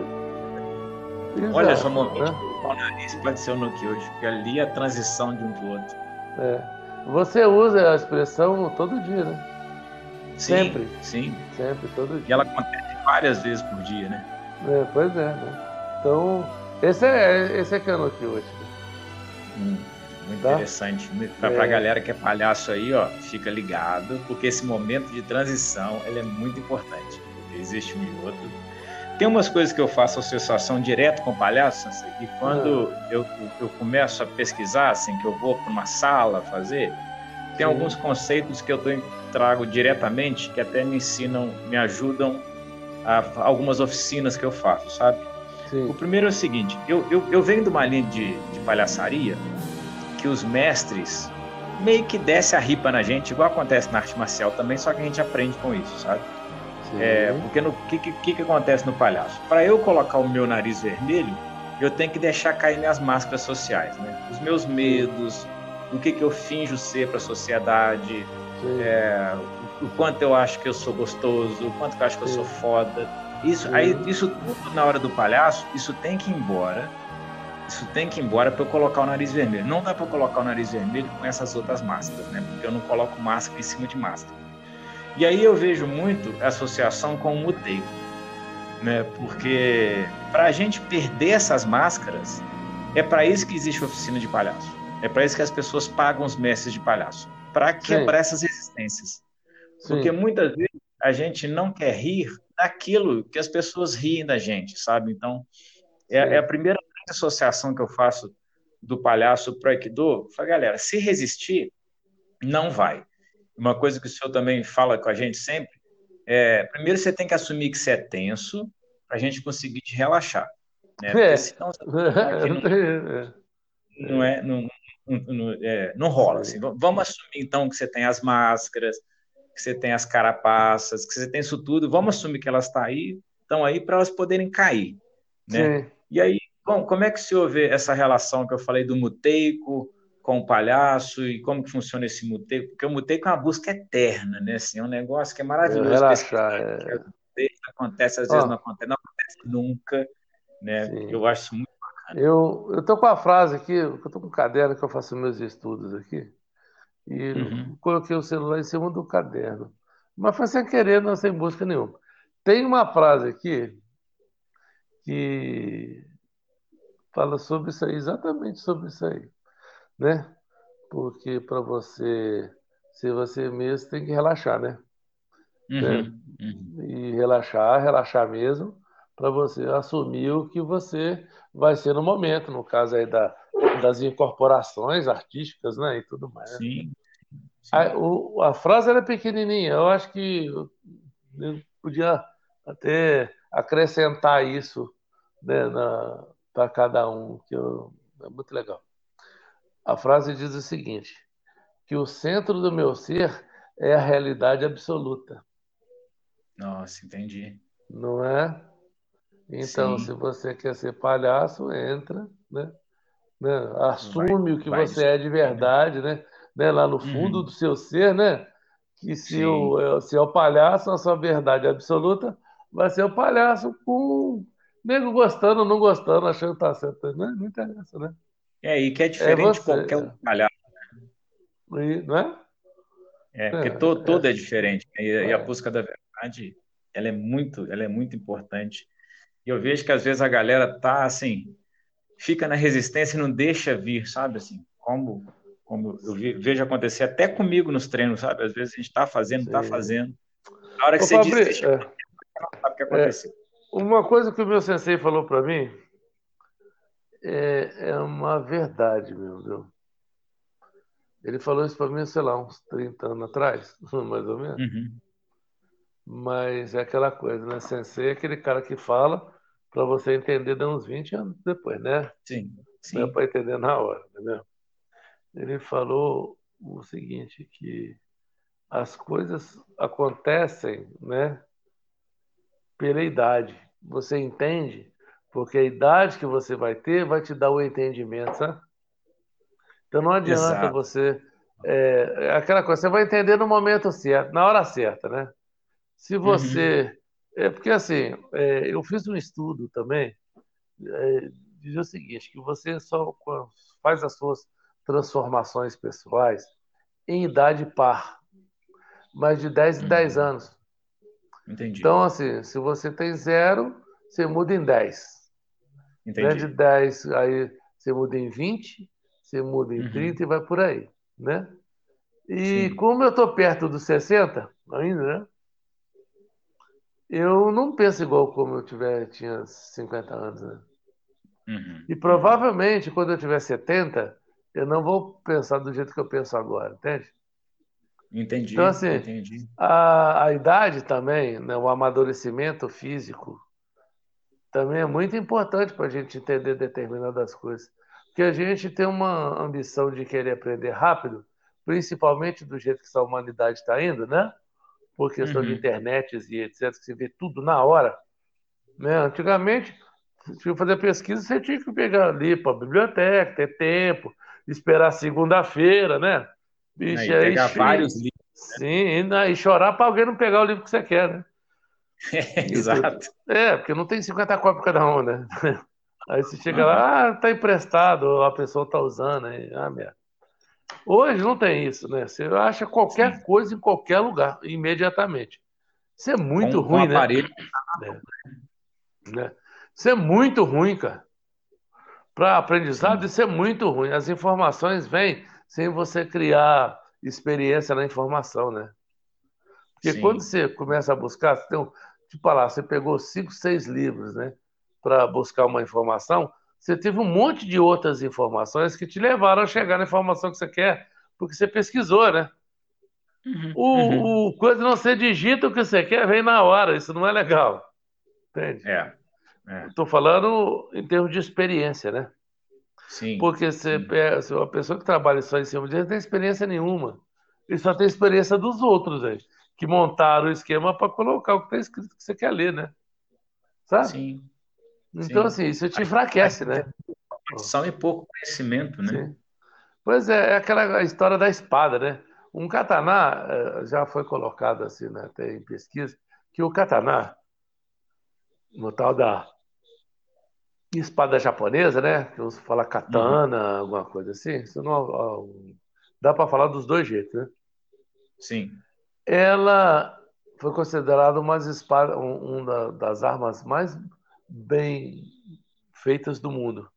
Olha só, o exato, momento de né? colocar o nariz pode ser o Nokia hoje, porque ali é a transição de um para o outro. Você usa a expressão todo dia, né? Sim, Sempre, sim. sempre, todo E ela dia. acontece várias vezes por dia, né? Pois é, né? Então, esse é que é o Quixote, Muito tá? interessante. Para a É, galera que é palhaço aí, ó, fica ligado, porque esse momento de transição ele é muito importante. Porque existe um e outro. Tem umas coisas que eu faço associação direto com palhaço, assim, e ah, quando eu começo a pesquisar, assim, que eu vou para uma sala fazer, tem sim, alguns conceitos que eu trago diretamente, que até me ensinam, me ajudam a algumas oficinas que eu faço, sabe? O sim, primeiro é o seguinte: eu venho de uma linha de palhaçaria que os mestres meio que descem a ripa na gente, igual acontece na arte marcial também, só que a gente aprende com isso, sabe? sim, Porque o que acontece no palhaço? Para eu colocar o meu nariz vermelho, eu tenho que deixar cair minhas máscaras sociais, né? Os meus sim, medos, o que eu finjo ser para a sociedade, sim, o quanto eu acho que eu sou gostoso, o quanto que eu acho que eu sou sim, foda. sim, Isso tudo na hora do palhaço, isso tem que ir embora. Isso tem que ir embora para eu colocar o nariz vermelho. Não dá para eu colocar o nariz vermelho com essas outras máscaras, né? Porque eu não coloco máscara em cima de máscara. E aí eu vejo muito a associação com o muteico, né? Porque para a gente perder essas máscaras, é para isso que existe a oficina de palhaço. É para isso que as pessoas pagam os mestres de palhaço, para sim, quebrar essas resistências. Porque sim, muitas vezes a gente não quer rir daquilo que as pessoas riem da gente, sabe? Então, é a sim, primeira associação que eu faço do palhaço para o Aikido. Fala, galera, se resistir, não vai. Uma coisa que o senhor também fala com a gente sempre primeiro você tem que assumir que você é tenso para a gente conseguir te relaxar, né? Porque é, senão você vai que não é, não rola. Assim. sim, Vamos assumir então que você tem as máscaras, que você tem as carapaças, que você tem isso tudo. Vamos assumir que elas estão aí para elas poderem cair, né? sim, E aí, bom, como é que o senhor vê essa relação que eu falei do muteico com o palhaço e como que funciona esse muteico? Porque o muteico é uma busca eterna, né? Assim, é um negócio que é maravilhoso pesquisar. relaxar, Que às vezes acontece, às ó, vezes não acontece nunca, né? sim. Eu acho isso muito bacana. Eu tô com a frase aqui, eu tô com um caderno que eu faço meus estudos aqui, e eu Uhum. coloquei o celular em cima do caderno. Mas foi sem querer, não sem busca nenhuma. Tem uma frase aqui que fala sobre isso aí, exatamente sobre isso aí, né? Porque para você ser você mesmo tem que relaxar, né? Uhum. Uhum. E relaxar mesmo, para você assumir o que você vai ser no momento, no caso aí das incorporações artísticas, né? E tudo mais, né? Sim, sim. A frase era pequenininha, eu acho que eu podia até acrescentar isso, né, para cada um, é muito legal. A frase diz o seguinte: que o centro do meu ser é a realidade absoluta, Nossa, entendi. não é? Então, se Sim, você quer ser palhaço, entra, né? vai, Assume o que vai você é de descobrir, né? verdade, né? Lá no fundo do Uhum. seu ser, né? Que Sim. se é o palhaço, a sua verdade absoluta vai ser o palhaço com nego gostando, não gostando, achando que tá certo. Não interessa, né? E que é É diferente de você, qualquer outro palhaço. não é? Porque É, todo é diferente, né? E a é, busca da verdade, ela é muito importante. E eu vejo que às vezes a galera tá assim, fica na resistência e não deixa vir, sabe? Assim, como eu vejo acontecer até comigo nos treinos, sabe? Às vezes a gente tá sim. fazendo. Na hora que Ô, você Fabri, desiste, você não sabe o que aconteceu. uma coisa que o meu sensei falou para mim é uma verdade, meu Deus. Ele falou isso para mim, sei lá, uns 30 anos atrás, mais ou menos. Uhum. Mas é aquela coisa, né? Sensei é aquele cara que fala para você entender de uns 20 anos depois, né? Sim, Não é sim. para entender na hora, entendeu? Ele falou. o seguinte, que as coisas acontecem, né, pela idade. Você entende? Porque a idade que você vai ter vai te dar o entendimento, sabe? Então não adianta Exato. você. Aquela coisa, você vai entender no momento certo, na hora certa, né? Se Uhum. você. Porque assim, eu fiz um estudo também, dizia o seguinte, que você só faz as suas transformações pessoais em idade par, mais de 10 em 10 Uhum. anos. Entendi. Então, assim, se você tem zero, você muda em 10. Né? De Entendi. 10 aí você muda em 20, você muda em 30 Uhum. e vai por aí, né? E Sim. como eu estou perto dos 60 ainda, né? Eu não penso igual como tinha 50 anos, né? Uhum. E Uhum. provavelmente quando eu tiver 70, eu não vou pensar do jeito que eu penso agora, entende? Então, Entendi. assim, Entendi. a idade também, né, o amadurecimento físico, também é muito importante para a gente entender determinadas coisas. Porque a gente tem uma ambição de querer aprender rápido, principalmente do jeito que essa humanidade está indo, né? Por questão de Uhum. internet e etc., que se vê tudo na hora. Né? Antigamente, se tinha que fazer pesquisa, você tinha que pegar ali para a biblioteca, ter tempo, esperar segunda-feira, né? Bicho, Aí, pegar vários livros. sim, e chorar para alguém não pegar o livro que você quer, né? E tudo. Exato. Porque não tem 50 cópias cada um, né? Aí você chega Aham. lá, tá emprestado, ou a pessoa tá usando, aí, merda. Hoje não tem isso, né? Você acha qualquer Sim. coisa em qualquer lugar, imediatamente. Isso é muito Com ruim, né? aparelho. É, né? Isso é muito ruim, cara. Para aprendizado, Sim. isso é muito ruim. As informações vêm sem você criar experiência na informação, né? Porque quando Sim. você começa a buscar, tipo lá, você pegou 5, 6 livros, né, para buscar uma informação, você teve um monte de outras informações que te levaram a chegar na informação que você quer, porque você pesquisou, né? Uhum. Uhum. O coisa não você digita o que você quer, vem na hora, isso não é legal, entende? É. É. Estou falando em termos de experiência, né? Sim. Porque Sim. se uma pessoa que trabalha só em cima disso não tem experiência nenhuma. Ele só tem experiência dos outros aí, que montaram o esquema para colocar o que está escrito que você quer ler, né? Sabe? Sim. Então, Sim. assim, isso te Mas enfraquece, né? Ó, são e pouco conhecimento, né? sim. Pois é aquela história da espada, né? Um kataná já foi colocado assim, né, até em pesquisa, que o kataná, no tal da espada japonesa, né? Que você fala Uhum. katana, alguma coisa assim, isso não, dá para falar dos dois jeitos, né? Sim. Ela foi considerada uma das armas mais bem feitas do mundo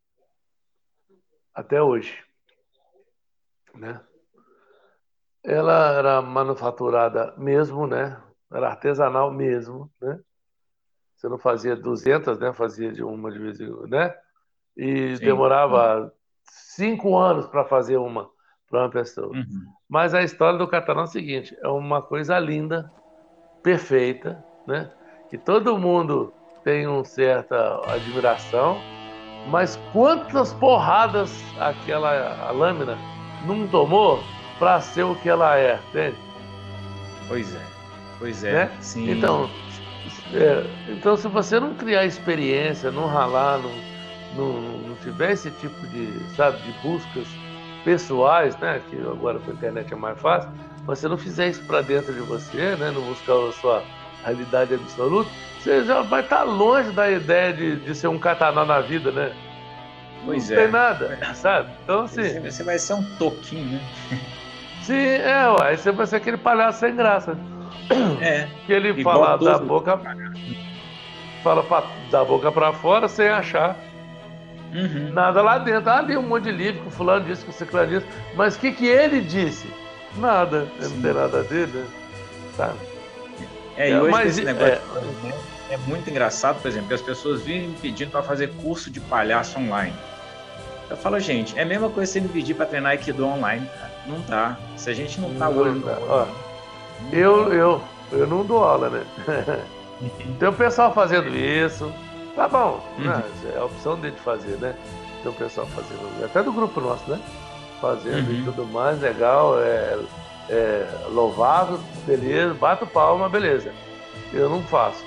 até hoje, né? Ela era manufaturada mesmo, né? Era artesanal mesmo, né? Você não fazia 200, né? Fazia de uma de vez em quando, né? E Sim. Sim. demorava 5 anos para fazer uma para uma pessoa. Uhum. Mas a história do Catarão é o seguinte: é uma coisa linda, perfeita, né? Que todo mundo tem uma certa admiração, mas quantas porradas a lâmina não tomou para ser o que ela é, entende? Pois é. Pois é. Né? Sim. Então, se você não criar experiência, não ralar, não tiver esse tipo de, sabe, de buscas pessoais, né, que agora com a internet é mais fácil, mas você não fizer isso para dentro de você, né, não buscar a sua realidade absoluta, você já vai estar longe da ideia de ser um kataná na vida, né? Não Pois tem é. nada, sabe? Então, assim, Você vai ser um toquinho, né? se ué, aí você vai ser aquele palhaço sem graça, É. que ele Igual todo. fala da boca para fora sem achar Uhum. nada lá dentro. Ah, li um monte de livro que o fulano disse, que o ciclano disse, mas o que ele disse? Nada, não tem Sim. nada a ver, né? Sabe? E hoje com Mas esse negócio de internet é muito engraçado, por exemplo, que as pessoas vivem me pedindo para fazer curso de palhaço online. Eu falo, gente, é a mesma coisa você me pedir para treinar Aikido online, cara. Não dá. Se a gente não tá olho não no dá. olho, Ó, não eu, rola. eu, eu não dou aula, né? Tem o pessoal fazendo isso. Tá bom, Uhum. né? É a opção dele de fazer, né? Tem o pessoal fazendo, até do grupo nosso, né? fazendo e Uhum. tudo mais, legal, louvável, beleza, bato palma, beleza. Eu não faço.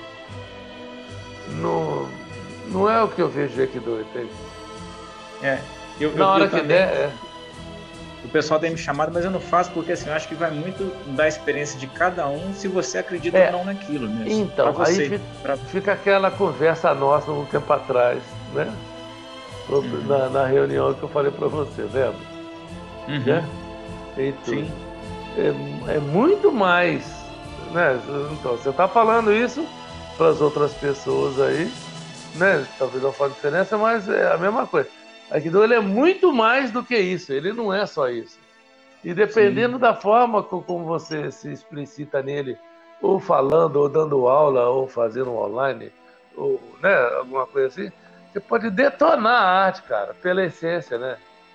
Não, não é o que eu vejo de Aikido, entende? É, eu, Na eu, hora eu que também, der, o pessoal tem me chamado, mas eu não faço porque assim, eu acho que vai muito da experiência de cada um se você acredita ou não naquilo, né? Para Então, aí você. Pra... fica aquela conversa nossa um tempo atrás, né? Uhum. Na reunião que eu falei para você, lembra? Né? Uhum. E tudo. Sim, É muito mais, né? Então, você está falando isso para as outras pessoas aí, né? Talvez não faça diferença, mas é a mesma coisa. Aikido ele é muito mais do que isso, ele não é só isso. E sim. dependendo da forma como você se explicita nele, ou falando, ou dando aula, ou fazendo online, ou né, alguma coisa assim, você pode detonar a arte, cara, pela essência, né?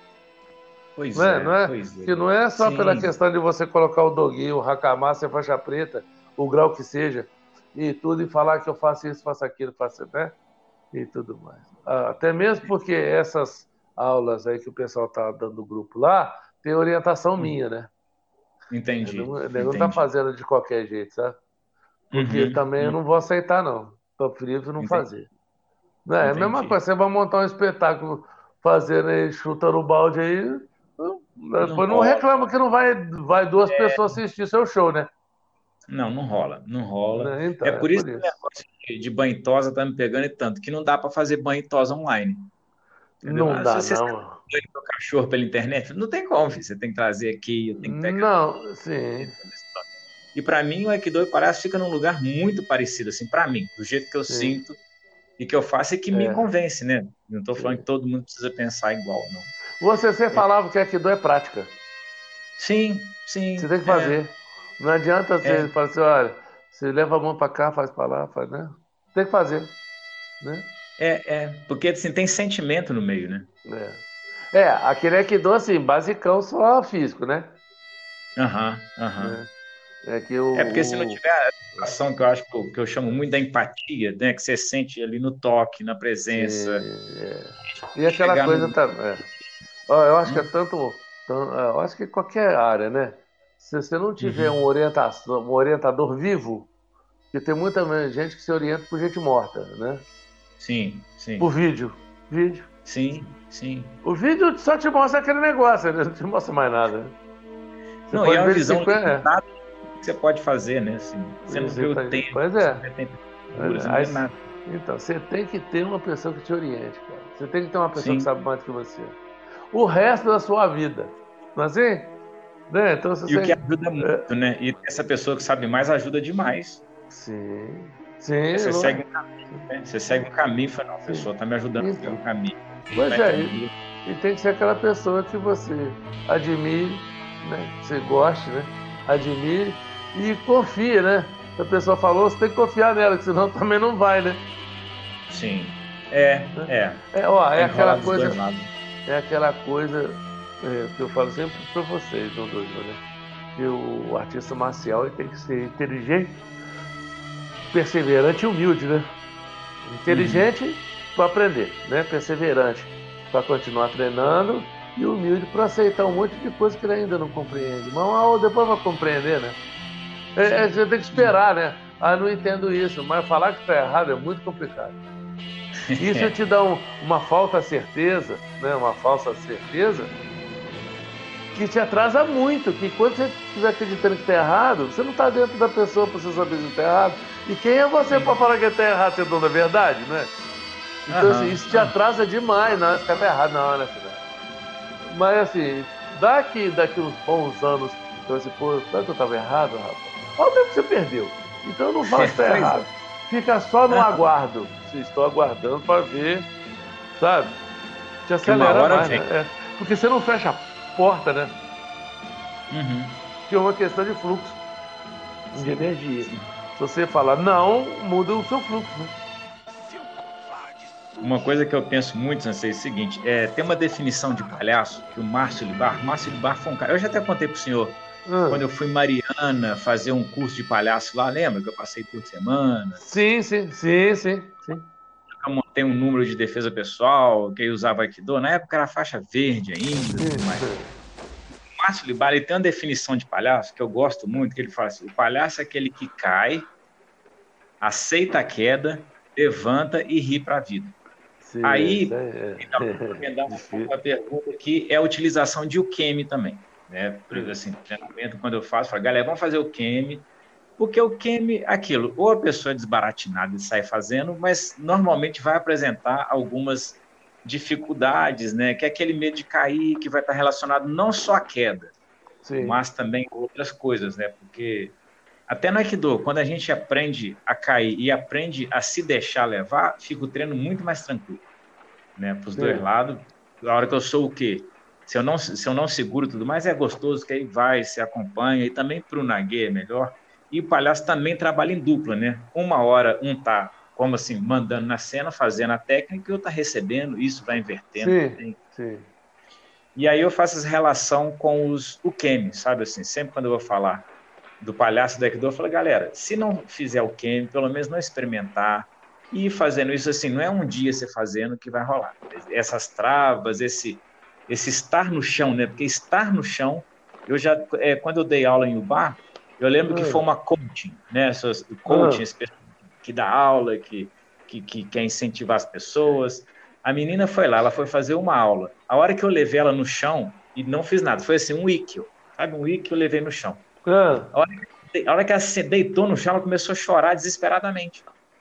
Não Pois é, é, não é, pois é. que não é só pela Sim, questão de você colocar o doguinho, o hakama, a faixa preta, o grau que seja, e tudo, e falar que eu faço isso, faço aquilo, faço, né? E tudo mais. Até mesmo porque essas aulas aí que o pessoal tá dando no grupo lá, tem orientação minha, né? entendi, Nego não tá entendi. fazendo de qualquer jeito, sabe? Porque Uhum. também eu não vou aceitar, não. Tô preferível não Entendi, fazer. Não é a mesma entendi. coisa, você vai montar um espetáculo fazendo aí, chutando o balde aí, Não depois não rola. reclama que não vai duas pessoas assistir seu show, né? Não, não rola, não rola. Né? Então, É é por isso por que o isso. negócio de banho e tosa tá me pegando e tanto, que não dá para fazer banho e tosa online. Entendeu? Não Ah, se dá, você não. banho do cachorro pela internet, não tem como, filho. Você tem que trazer aqui, eu tenho que pegar. Não, sim, E para mim, o Aikido e Parás fica num lugar muito parecido, assim, para mim, do jeito que eu sim, sinto e que eu faço e que me é, convence, né? Não estou falando que sim. todo mundo precisa pensar igual, não. Você falava que Aikido é prática. Sim, Você sim, tem que fazer. Não adianta é, você falar assim, olha, você leva a mão para cá, faz para lá, faz, né? Tem que fazer, né? porque assim, tem sentimento no meio, né? Aquele Aikido, assim, basicão, só físico, né? Aham, aham. Né? É que É porque se não tiver a educação, que eu acho que eu chamo muito da empatia, né? Que você sente ali no toque, na sim, presença, E aquela chegar coisa no. também. Ó, eu acho que é Hum? tanto. Eu acho que qualquer área, né? Se você não tiver Uhum. um orientador vivo, porque tem muita gente que se orienta por gente morta, né? Sim, sim, Por vídeo. Vídeo. sim, sim. O vídeo só te mostra aquele negócio, ele não te mostra mais nada, né? Você Não, e é pode uma ver de visão 50. limitada do que você pode fazer, né? Assim, você não vê o tempo, Pois você é. não vê Pois temperatura, é. você não vê nada. Então, você tem que ter uma pessoa que te oriente, cara. Você tem que ter uma pessoa que Sim. sabe mais do que você. O resto da sua vida. Não é assim? Né? Então, se E o que você. ajuda é, muito, né? E essa pessoa que sabe mais ajuda demais. sim, Porque sim, você não é? segue um caminho, né? Você segue um caminho, fala, não, a Sim. pessoa está me ajudando a seguir Então, um caminho. pois Tá é, entendendo? e tem que ser aquela pessoa que você admire, né? Que você goste, né? Admire e confia, né? Se a pessoa falou, você tem que confiar nela, que senão também não vai, né? Sim. Né? É. Ó, Tem que rolar dos dois lados. é aquela coisa que eu falo sempre para vocês, não doido, né? Que o artista marcial ele tem que ser inteligente, perseverante e humilde, né? Uhum. Inteligente para aprender, né? Perseverante para continuar treinando e humilde para aceitar um monte de coisa que ele ainda não compreende. Mas uma hora depois vai compreender, né? Sim. Você tem que Sim. esperar, né? Ah, não entendo isso, mas falar que está errado é muito complicado. Isso te dá uma falsa certeza, né? Uma falsa certeza que te atrasa muito, que quando você estiver acreditando que está errado, você não está dentro da pessoa para você saber se está errado. E quem é você para Sim. falar que está errado, sendo dono da verdade, né? Então, assim, Aham. isso te Aham. atrasa demais. Não, esse cara tá errado, não, né, filho? Mas, assim, daqui uns bons anos, então, assim, pô, será que eu tava errado, rapaz? Olha o tempo que você perdeu. Então, não fala que tá Pois errado. é. Fica só no Aham. aguardo. Se estou aguardando para ver, sabe? Te Que uma acelera hora mais, né? vem. Porque você não fecha a porta, né? Uhum. Que é uma questão de fluxo de Sim. energia. Sim. Se você falar não, muda o seu fluxo, né? Uma coisa que eu penso muito, Sansei, é o seguinte: tem uma definição de palhaço que o Márcio Libar foi um cara. Eu já até contei para o senhor, quando Hum. eu fui em Mariana fazer um curso de palhaço lá, lembra que eu passei por semanas? Sim, sim, sim, sim, sim. Eu montei um número de defesa pessoal, que eu usava Aikido. Na época era faixa verde ainda, Sim. tudo mais. Márcio Libali tem uma definição de palhaço que eu gosto muito, que ele fala assim, o palhaço é aquele que cai, aceita a queda, levanta e ri para a vida. Sim, isso Aí, então, vou é emendar um pouco difícil. a pergunta aqui, é a utilização de Ukemi também. Né? Hum, Assim, treinamento, quando eu faço, eu falo, galera, vamos fazer o Ukemi, porque o Ukemi, aquilo, ou a pessoa é desbaratinada e sai fazendo, mas normalmente vai apresentar algumas dificuldades, né? Que é aquele medo de cair, que vai estar relacionado não só à queda, sim, mas também outras coisas, né? Porque até no Aikido, quando a gente aprende a cair e aprende a se deixar levar, fica o treino muito mais tranquilo, né? Para os dois sim, lados. A hora que eu sou o quê? Se eu não seguro tudo mais, é gostoso, que aí vai, se acompanha, e também para o Nagê é melhor. E o palhaço também trabalha em dupla, né? Uma hora um tá, como assim, mandando na cena, fazendo a técnica, e o outro tá recebendo, isso vai invertendo sim, também. sim, E aí eu faço essa relação com os ukemi, sabe assim, sempre quando eu vou falar do palhaço do Aikido, eu falo, galera, se não fizer o ukemi, pelo menos não experimentar, e ir fazendo isso assim, não é um dia você fazendo que vai rolar. Essas travas, esse estar no chão, né? Porque estar no chão, eu já, quando eu dei aula em Ubar, eu lembro que foi ah, uma coaching, né? Coaching, ah, esse pessoal que dá aula, que quer incentivar as pessoas. A menina foi lá, ela foi fazer uma aula. A hora que eu levei ela no chão, e não fiz nada, foi assim, um Ikkyo, sabe? Um Ikkyo eu levei no chão. ah. A hora que ela se deitou no chão, ela começou a chorar desesperadamente.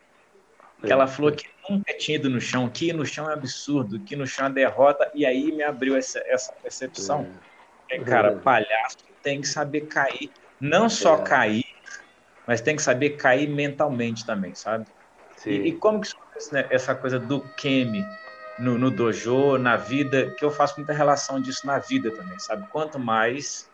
Que ela falou que nunca tinha ido no chão, que ir no chão é absurdo, que no chão é derrota, e aí me abriu essa percepção. Cara, palhaço tem que saber cair, não só É, cair, mas tem que saber cair mentalmente também, sabe? E sim, como que surge, né, essa coisa do Kemi no dojo, na vida, que eu faço muita relação disso na vida também, sabe? Quanto mais,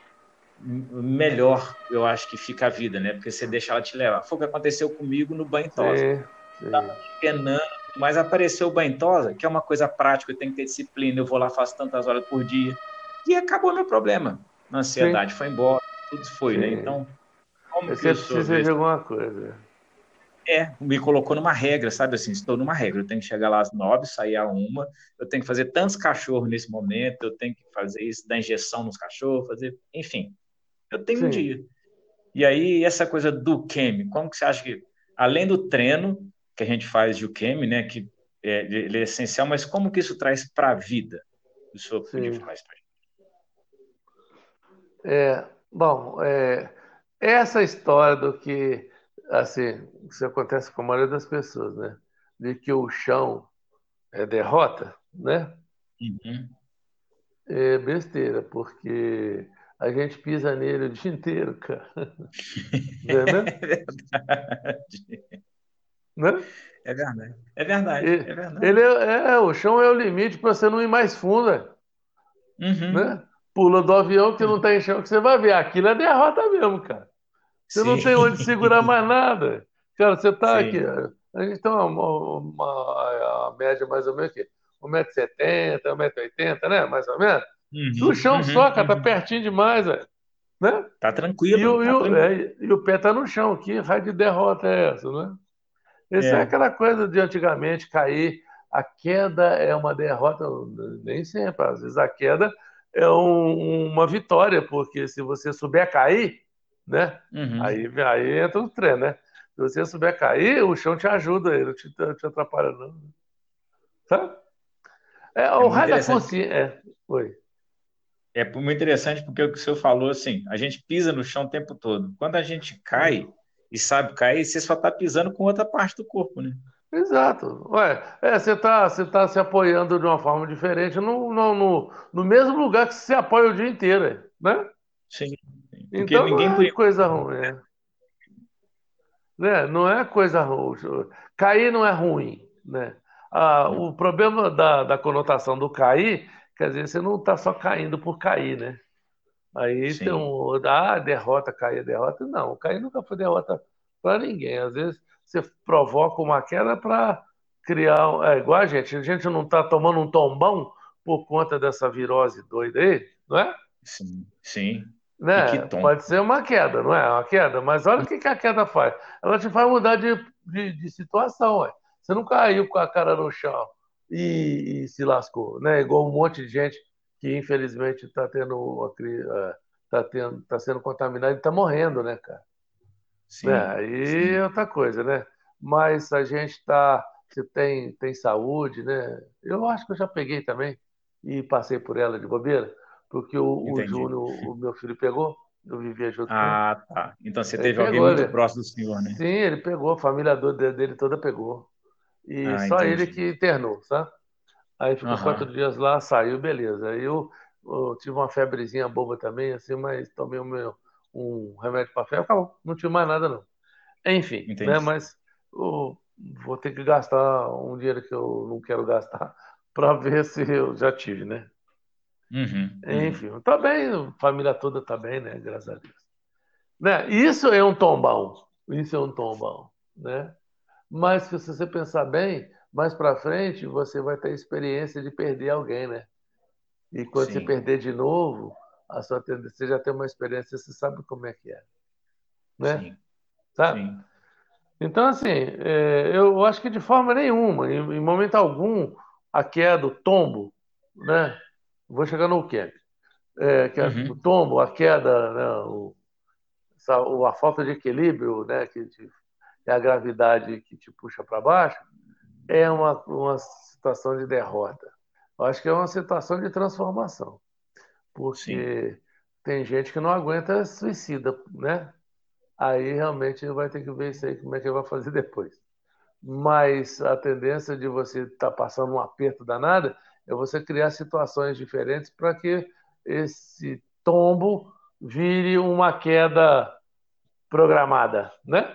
melhor eu acho que fica a vida, né? Porque você deixa ela te levar. Foi o que aconteceu comigo no banho tosa. sim, sim, Penando, mas apareceu o banho tosa, que é uma coisa prática, eu tenho que ter disciplina, eu vou lá, faço tantas horas por dia, e acabou meu problema. A sim, ansiedade foi embora, tudo foi, né? sim. Então, como que Você o senhor precisa vê? de alguma coisa. Me colocou numa regra, sabe assim, estou numa regra, eu tenho que chegar lá às 9, sair a 1, eu tenho que fazer tantos cachorros nesse momento, eu tenho que fazer isso, dar injeção nos cachorros, fazer, enfim, eu tenho um Sim. dia. E aí, essa coisa do Kemi, como que você acha que, além do treino que a gente faz de Kemi, né, que ele é essencial, mas como que isso traz para a vida? O senhor podia Sim. falar isso para gente? Bom, essa história do que, assim, isso acontece com a maioria das pessoas, né? De que o chão é derrota, né? Uhum. É besteira, porque a gente pisa nele o dia inteiro, cara. Não é mesmo? É verdade. Né? É verdade. É verdade. E- É verdade. Ele o chão é o limite para você não ir mais fundo, Uhum. né? Pula do avião que não tem chão, que você vai ver. Aquilo é derrota mesmo, cara. Você não Sim. tem onde segurar mais nada. Cara, você tá aqui. Sim. A gente tem a média mais ou menos aqui. 1,70 m, 1,80 m, né? Mais ou menos. Do Uhum. chão Uhum. só, cara, tá Uhum. pertinho demais, velho. Né? Tá E tranquilo, o, e, tá o, tranquilo. é, e o pé tá no chão. Que raio de derrota é essa, né? Isso é É. aquela coisa de antigamente cair. A queda é uma derrota, nem sempre. Às vezes a queda é uma vitória, porque se você souber cair, né? Uhum. Aí entra o treino, né? Se você souber cair, o chão te ajuda, ele não te atrapalha, não. Sabe? É É o muito raio da interessante. consciência. Oi. É muito interessante porque o que o senhor falou, assim, a gente pisa no chão o tempo todo. Quando a gente cai e sabe cair, você só está pisando com outra parte do corpo, né? Exato. Ué, você tá se apoiando de uma forma diferente no mesmo lugar que você se apoia o dia inteiro, né? Sim. Porque Então não ninguém por é coisa ruim, né? Não é coisa ruim. Cair não é ruim, né? não. O problema da conotação do cair, quer dizer, você não está só caindo por cair, né? Aí tem Sim. derrota, cair é derrota. Não, cair nunca foi derrota para ninguém. Às vezes você provoca uma queda para criar. É igual a gente não está tomando um tombão por conta dessa virose doida aí, não é? Sim. Sim. E que Né? tom. Pode ser uma queda, não é? Uma queda, mas olha o que a queda faz. Ela te faz mudar de situação, ué. Você não caiu com a cara no chão e se lascou, né? Igual um monte de gente. que infelizmente está tá sendo contaminado e está morrendo, né, cara? Né? Sim, Aí sim, é outra coisa, né? Mas a gente está, se tem saúde, né? Eu acho que eu já peguei também e passei por ela de bobeira, porque o entendi. Júnior, o meu filho, pegou, eu vivia junto com ele. Ah, tá. Então você Ele teve alguém pegou, muito ele. próximo do senhor, né? Sim, ele pegou, a família dele toda pegou. E Ah, só ele entendi. que internou, sabe? Aí ficou Aham, 4 dias lá, saiu, beleza. Aí eu tive uma febrezinha boba também, assim, mas tomei um remédio para febre, acabou. Não tive mais nada, não. Enfim, né? entendi. Mas eu vou ter que gastar um dinheiro que eu não quero gastar para ver se eu já tive, né? Uhum, uhum. Enfim, tá bem, a família toda tá bem, né? Graças a Deus. Né? Isso é um tombão. Isso é um tombão, né? Mas se você pensar bem, mais para frente você vai ter a experiência de perder alguém, né? E quando você Sim, perder de novo, você já tem uma experiência, você sabe como é que é, né? sim, Sabe? sim. Então, assim, eu acho que de forma nenhuma, em momento algum, a queda, o tombo, né? Vou chegar no quê? Que é o Uhum, tombo, a queda, né? A falta de equilíbrio, né? É a gravidade que te puxa para baixo, é uma situação de derrota. Eu acho que é uma situação de transformação, sim, porque tem gente que não aguenta suicida, né? Aí realmente vai ter que ver isso aí, como é que vai fazer depois. Mas a tendência de você estar passando um aperto danado é você criar situações diferentes para que esse tombo vire uma queda programada, né?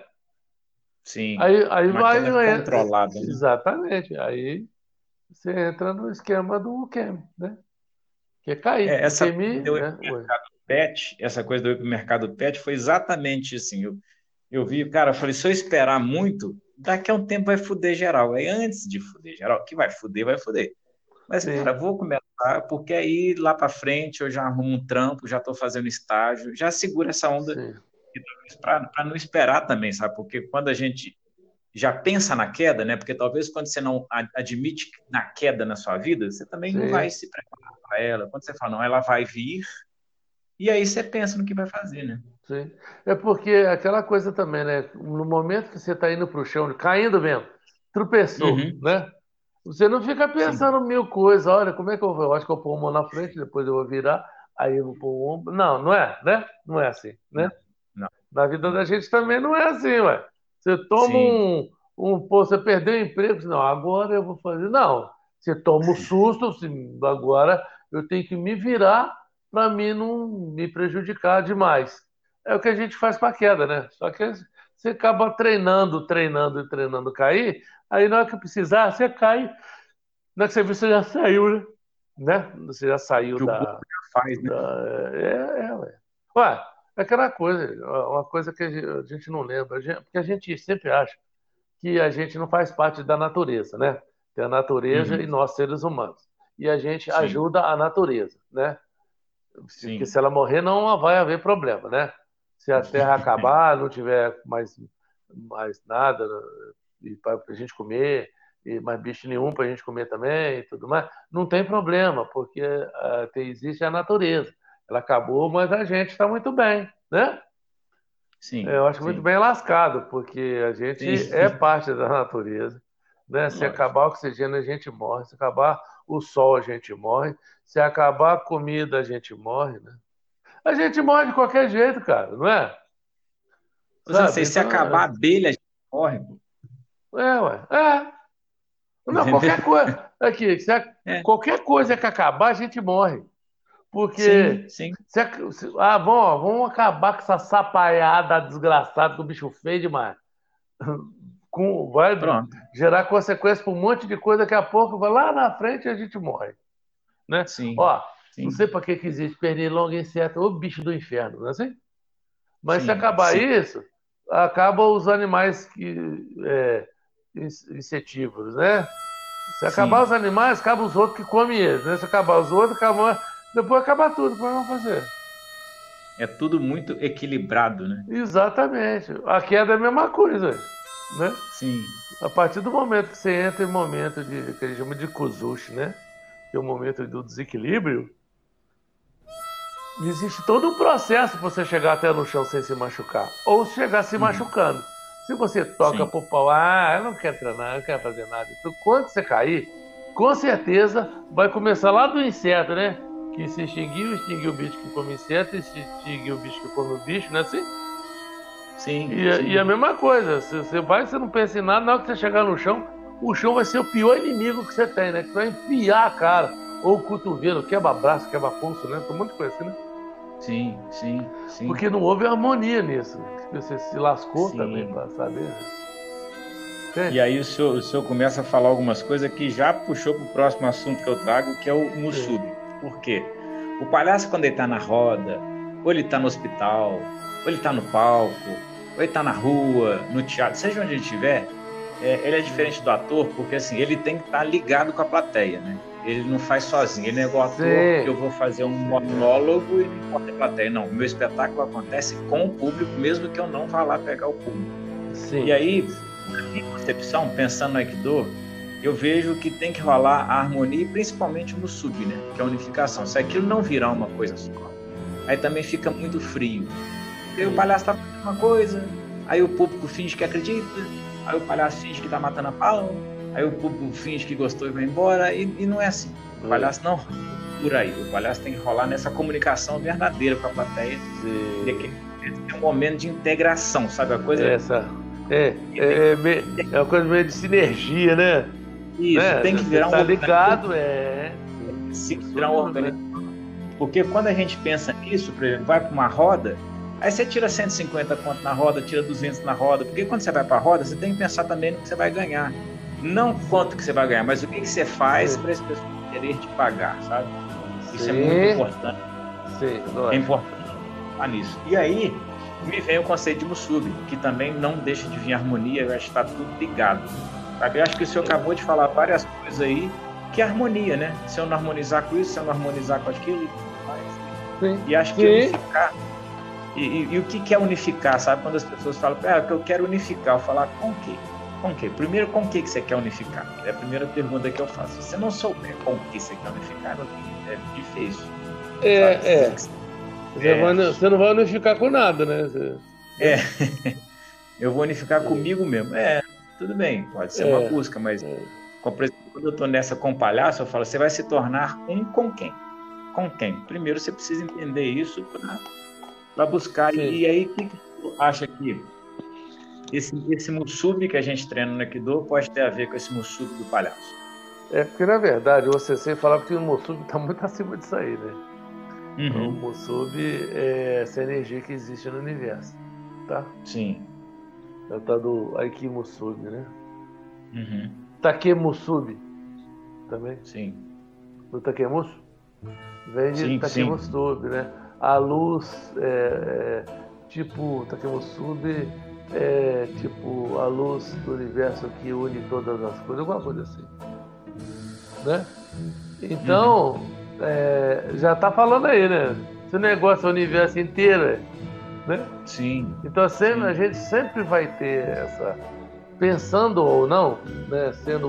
sim. Aí Uma vai. queda controlada, né? Exatamente. Aí você entra no esquema do QM, né? Que é cair. É, O essa coisa QMI, de eu ir né? para o mercado pet, essa coisa de eu ir para o mercado pet foi exatamente assim. Eu vi, cara, eu falei, se eu esperar muito, daqui a um tempo vai fuder geral. Aí antes de fuder geral, que vai fuder, vai fuder. Mas, cara, Sim, vou começar, porque aí lá para frente eu já arrumo um trampo, já estou fazendo estágio, já seguro essa onda sim, para não esperar também, sabe? Porque quando a gente já pensa na queda, né? Porque talvez quando você não admite na queda na sua vida, você também não vai sim, se preparar para ela. Quando você fala, não, ela vai vir, e aí você pensa no que vai fazer, né? sim. É porque aquela coisa também, né? No momento que você está indo para o chão, caindo mesmo, tropeçou, Uhum, né? Você não fica sim, pensando mil coisas. Olha, como é que eu vou? Eu acho que eu pôr a mão na frente, depois eu vou virar, aí eu vou pôr o ombro. Não, não é, né? Não é assim, não, né? não, Na vida da não. gente também não é assim, ué. Você toma Sim, pô, você perdeu o emprego, não, agora eu vou fazer. Não, você toma o susto, assim, agora eu tenho que me virar para mim não me prejudicar demais. É o que a gente faz com a queda, né? Só que você acaba treinando, treinando e treinando cair, aí na hora que precisar, você cai. Na hora que você viu, você já saiu, né? Você já saiu que o corpo faz, né? Ué. Ué, é aquela coisa, uma coisa que a gente não lembra, porque a gente sempre acha que a gente não faz parte da natureza, né? Tem a natureza e Uhum, nós, seres humanos. E a gente sim, ajuda a natureza, né? Porque se sim, ela morrer, não vai haver problema, né? Se a terra acabar, não tiver mais nada para a gente comer, e mais bicho nenhum para a gente comer também e tudo mais, não tem problema, porque existe a natureza. Ela acabou, mas a gente está muito bem, né? Eu sim, acho muito sim, bem lascado, porque a gente é sim, parte da natureza, né? Se lógico. acabar o oxigênio, a gente morre. Se acabar o sol, a gente morre. Se acabar a comida, a gente morre, né? A gente morre de qualquer jeito, cara, não é? Ô, Sabe? Sensei, se Então, acabar a abelha, a gente morre, pô. ué. É. Não, Entendeu? qualquer coisa. Aqui, É, qualquer coisa que acabar, a gente morre. sim, Porque sim, vamos acabar com essa sapaiada desgraçada, com o bicho feio demais. Vai pronto. gerar consequências para um monte de coisa, daqui a pouco, vai lá na frente e a gente morre, né? Sim, Ó, não sim, sei para que existe pernilongo e inseto, ô bicho do inferno, não é assim? Mas se sim, acabar sim, isso, acabam os animais insetívoros, né? Se acabar os sim. animais, acabam os outros que comem eles, né? Se acabar os outros, depois acaba tudo, como é que vamos fazer? É tudo muito equilibrado, né? Exatamente. A queda é a mesma coisa, né? Sim, A partir do momento que você entra em momento que a gente chama de kuzushi, né? Que é o momento do desequilíbrio, existe todo um processo para você chegar até no chão sem se machucar. Ou chegar se machucando. Se você toca Sim. pro pau, eu não quero treinar, eu não quero fazer nada. Então, quando você cair, com certeza vai começar lá do inseto, né? Que se extinguiu o bicho que come inseto, e se extinguiu o bicho que come o bicho, não é assim? Sim, E sim. a mesma coisa, se você vai, você não pensa em nada, na hora que você chegar no chão, o chão vai ser o pior inimigo que você tem, né? Que vai enfiar a cara, ou o cotovelo, quebra-braço, quebra-pulso, né? Tem um monte de coisa assim, né? Sim, sim, sim, Porque não houve harmonia nisso. Você se lascou também sim. para saber, né? E Entende? aí o senhor começa a falar algumas coisas que já puxou para o próximo assunto que eu trago, que é o Sim. Mussum. Por quê? O palhaço, quando ele está na roda, ou ele está no hospital, ou ele está no palco, ou ele está na rua, no teatro, seja onde ele estiver, ele é diferente do ator, porque assim, ele tem que estar ligado com a plateia, né? Ele não faz sozinho, ele não é igual ator que Sim, eu vou fazer um sim, monólogo e não importa a plateia. Não, o meu espetáculo acontece com o público, mesmo que eu não vá lá pegar o público. E sim, sim, aí, sim. na minha concepção, pensando no Aikido, eu vejo que tem que rolar a harmonia, e principalmente no sub, né? Que é a unificação. Se aquilo não virar uma coisa só, aí também fica muito frio. E aí o palhaço tá fazendo uma coisa, aí o público finge que acredita, aí o palhaço finge que tá matando a pau, aí o público finge que gostou e vai embora, e não é assim. O palhaço não rola por aí. O palhaço tem que rolar nessa comunicação verdadeira com a plateia, de Sim. que é um momento de integração, sabe? A coisa. Essa. É uma coisa meio de sinergia, né? Isso, Né? tem que Você virar um tá organismo, ligado, sim. se virar um Subiu, né? organismo. Porque quando a gente pensa nisso, por exemplo, vai para uma roda, aí você tira 150 conto na roda, tira 200 na roda, porque quando você vai para a roda, você tem que pensar também no que você vai ganhar. Não quanto que você vai ganhar, mas o que que você faz Sim, para as pessoas querer te pagar, sabe? Isso é muito sim, importante. sim, É lógico. importante falar nisso. E aí me vem o conceito de Musubi, que também não deixa de vir harmonia, eu acho que está tudo ligado. Sabe? Eu acho que o senhor acabou de falar várias coisas aí, que é harmonia, né? Se eu não harmonizar com isso, se eu não harmonizar com aquilo, Sim, e acho que sim. unificar. E o que é unificar, sabe? Quando as pessoas falam, que eu quero unificar, eu falar com o quê? Com o quê? Primeiro, com o que você quer unificar? É a primeira pergunta que eu faço. Se você não souber com o que você quer unificar, é difícil, sabe? É, é. É, Você não vai unificar com nada, né? é, Né? eu vou unificar comigo mesmo. Tudo bem, pode ser uma É, busca, mas é, por exemplo, quando eu estou nessa com o palhaço, eu falo, você vai se tornar um com quem? Com quem? Primeiro você precisa entender isso para buscar. sim. E aí, o que você acha que esse musubi que a gente treina no Aikido pode ter a ver com esse musubi do palhaço? É porque, na verdade, o OCC falava que o Musubi está muito acima disso aí, né? O Uhum, Musubi é essa energia que existe no universo, tá? sim. É o tal do Aiki Musubi, né? Uhum, Takemusubi também. sim. Do Takemusu vem de Sim, sim. Takemusubi, né? A luz tipo Takemusubi tipo a luz do universo que une todas as coisas, alguma coisa assim, né? Uhum, Então, já tá falando aí, né? Se o negócio é o universo inteiro, né? sim, Então a sim. gente sempre vai ter essa, pensando ou não, né?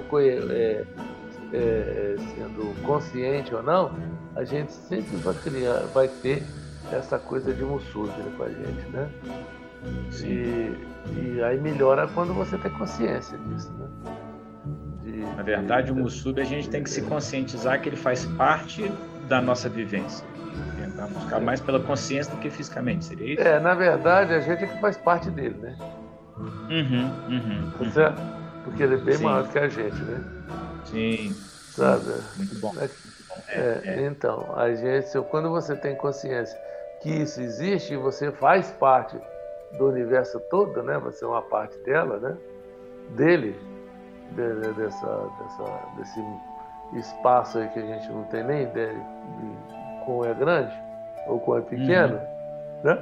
Sendo consciente ou não, a gente sempre vai ter essa coisa de Mussum com a gente, né? Sim. E aí melhora quando você tem consciência disso, né? Na verdade, o musubi a gente tem que se conscientizar que ele faz parte da nossa vivência. E tentar buscar mais pela consciência do que fisicamente, seria isso? Na verdade, a gente é que faz parte dele, né? Uhum, uhum, Tá uhum. certo? Porque ele é bem maior Sim, do que a gente, né? sim, Sabe? sim. Muito bom, muito bom. Então, a gente, quando você tem consciência que isso existe, você faz parte do universo todo, né? Você é uma parte dela, né? Dele, desse espaço aí que a gente não tem nem ideia de como é grande ou como é pequeno, Uhum, né?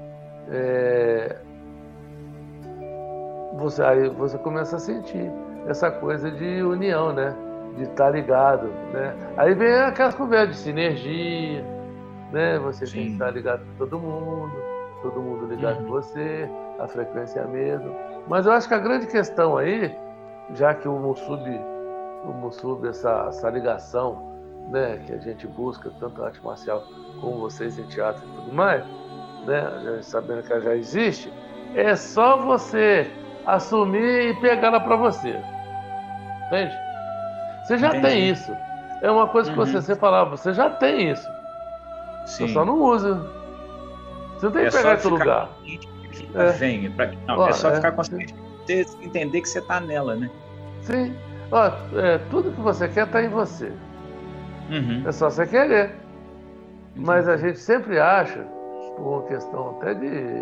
Aí você começa a sentir essa coisa de união, né? De estar ligado, né? Aí vem aquelas conversas de sinergia, né? Você tem que estar sim. ligado com todo mundo ligado com Uhum, você, a frequência é a mesma. Mas eu acho que a grande questão aí, já que o Musubi essa ligação né, que a gente busca, tanto a arte marcial como vocês em teatro e tudo mais, né, sabendo que ela já existe, é só você assumir e pegar ela para você, entende? Você já tem Entendi. isso. É uma coisa que você Uhum. sempre falava, você já tem isso. Você só Sim. não usa. Você não tem É que pegar só em seu ficar lugar. consciente que ela É, vem. Não, ó, é só ficar consciente de você entender que você está nela, né? sim. Ó, tudo que você quer está em você. É Uhum. só você querer. Mas a Entendi. gente sempre acha, por uma questão até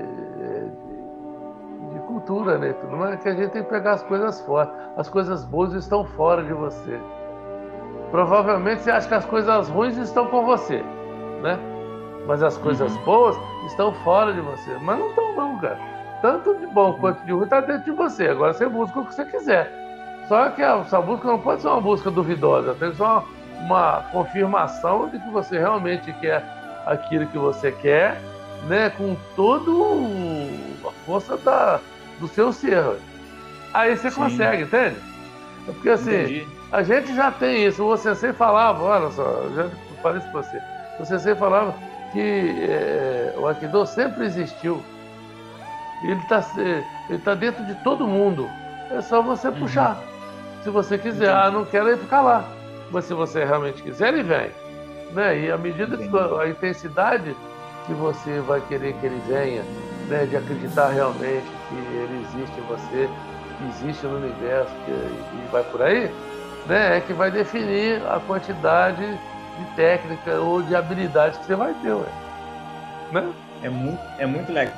de cultura, né? Tudo mais, que a gente tem que pegar as coisas fora. As coisas boas estão fora de você. Provavelmente você acha que as coisas ruins estão com você, né? Mas as coisas Uhum. boas estão fora de você. Mas não estão não, cara. Tanto de bom Uhum. quanto de ruim está dentro de você. Agora você busca o que você quiser. Só que a sua busca não pode ser uma busca duvidosa. Tem que ser uma confirmação de que você realmente quer aquilo que você quer, né? Com toda a força do seu ser. Aí você Sim, consegue, entende? É porque assim, entendi. a gente já tem isso. O Sensei falava, olha só, eu já falei isso para você. O Sensei falava que o Aikido sempre existiu. E ele tá dentro de todo mundo. É só você Uhum. puxar. Se você quiser, não Entendi. quero ele ficar lá. Mas se você realmente quiser, ele vem. Né? E à medida que Entendi. a intensidade que você vai querer que ele venha, né? De acreditar realmente que ele existe em você, que existe no universo e vai por aí, né? É que vai definir a quantidade de técnica ou de habilidade que você vai ter, ué, né? É muito legal.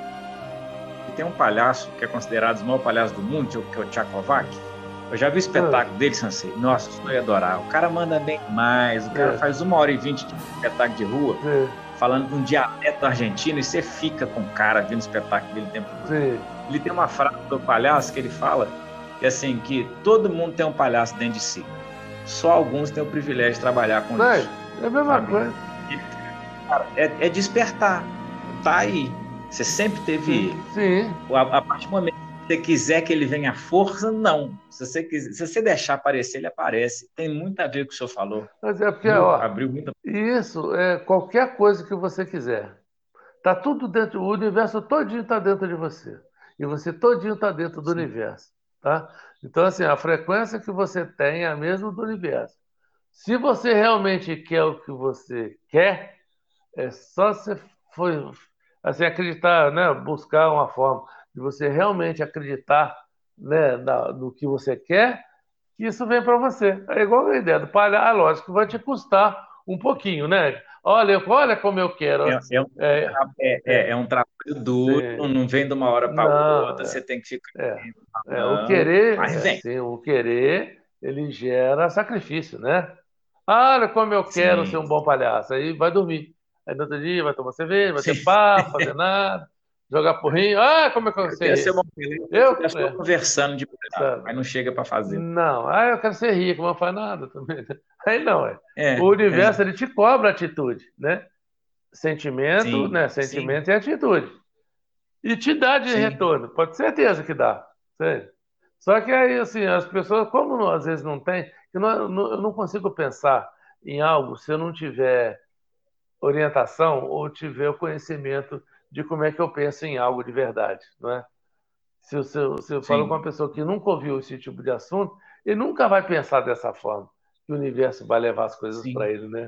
E tem um palhaço que é considerado o maior palhaço do mundo, que é o Tchakovac. Eu já vi o Ah, espetáculo dele, Sansei. Nossa, eu ia adorar. O cara manda bem demais. O cara é, faz 1h20 de espetáculo de rua, é, falando de um dialeto argentino, e você fica com o cara vendo o espetáculo dele o tempo todo. sim. Ele tem uma frase do palhaço que ele fala que assim, que todo mundo tem um palhaço dentro de si. Só alguns têm o privilégio de trabalhar com Não, isso, é a mesma sabe? coisa. E, cara, é despertar. Tá aí. Você sempre teve Sim, ele. sim. A partir do momento que você quiser que ele venha à força, não. Se você deixar aparecer, ele aparece. Tem muito a ver com o que o senhor falou. Mas é porque, ó, Abriu muita. isso é qualquer coisa que você quiser. Tá tudo dentro, o universo todinho está dentro de você. E você todinho está dentro do Sim. universo, tá? Então, assim, a frequência que você tem é a mesma do universo. Se você realmente quer o que você quer, é só você foi, assim, acreditar, né? Buscar uma forma de você realmente acreditar, né? No que você quer, que isso vem para você. É igual a ideia do palhaço, lógico que vai te custar um pouquinho, né? Olha como eu quero. É, é, um, É, é é, um trabalho duro, sim. não vem de uma hora para Não, outra, você tem que ficar é, o falando, querer, mas vem. assim, o querer, ele gera sacrifício, né? Olha como eu quero ser Sim, um bom palhaço. Aí vai dormir. Aí no outro dia vai tomar cerveja, vai ter sim. papo, fazer nada, jogar porrinho. Ah, como é que eu Eu sei quero ser rir? uma beleza, Eu, fica só conversando de palhaço, sabe? mas não chega para fazer. Não, eu quero ser rico, mas não faz nada também. Aí não, é. É, O universo, é, ele te cobra atitude, né? Sentimento, sim, né? sim, Sentimento e atitude. E te dá de sim. retorno, pode ter certeza que dá. Sério. Só que aí, assim, as pessoas, como às vezes não tem, eu não consigo pensar em algo se eu não tiver orientação ou tiver o conhecimento de como é que eu penso em algo de verdade, não é? Se eu falo com uma Sim. pessoa que nunca ouviu esse tipo de assunto, ele nunca vai pensar dessa forma, que o universo vai levar as coisas para Sim. ele, né?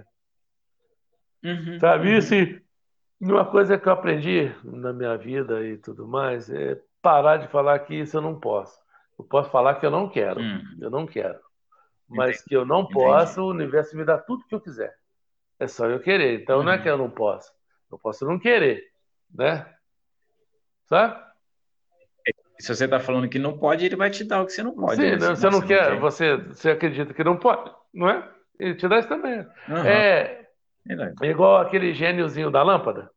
Uhum, Sabe, isso, uhum. uma coisa que eu aprendi na minha vida e tudo mais é parar de falar que isso eu não posso. Eu posso falar que eu não quero. Uhum. Eu não quero. Mas que Entendi, eu não posso, entendi. o universo me dá tudo que eu quiser. É só eu querer. Então não é que Uhum. eu não posso. Eu posso não querer, né? Sabe? E se você está falando que não pode, ele vai te dar o que você não pode, Sim, né? né? Você Senão não você não quer, quer. você acredita que não pode, não é? Ele te dá isso também. Aham, É, verdade. é igual aquele gêniozinho da lâmpada.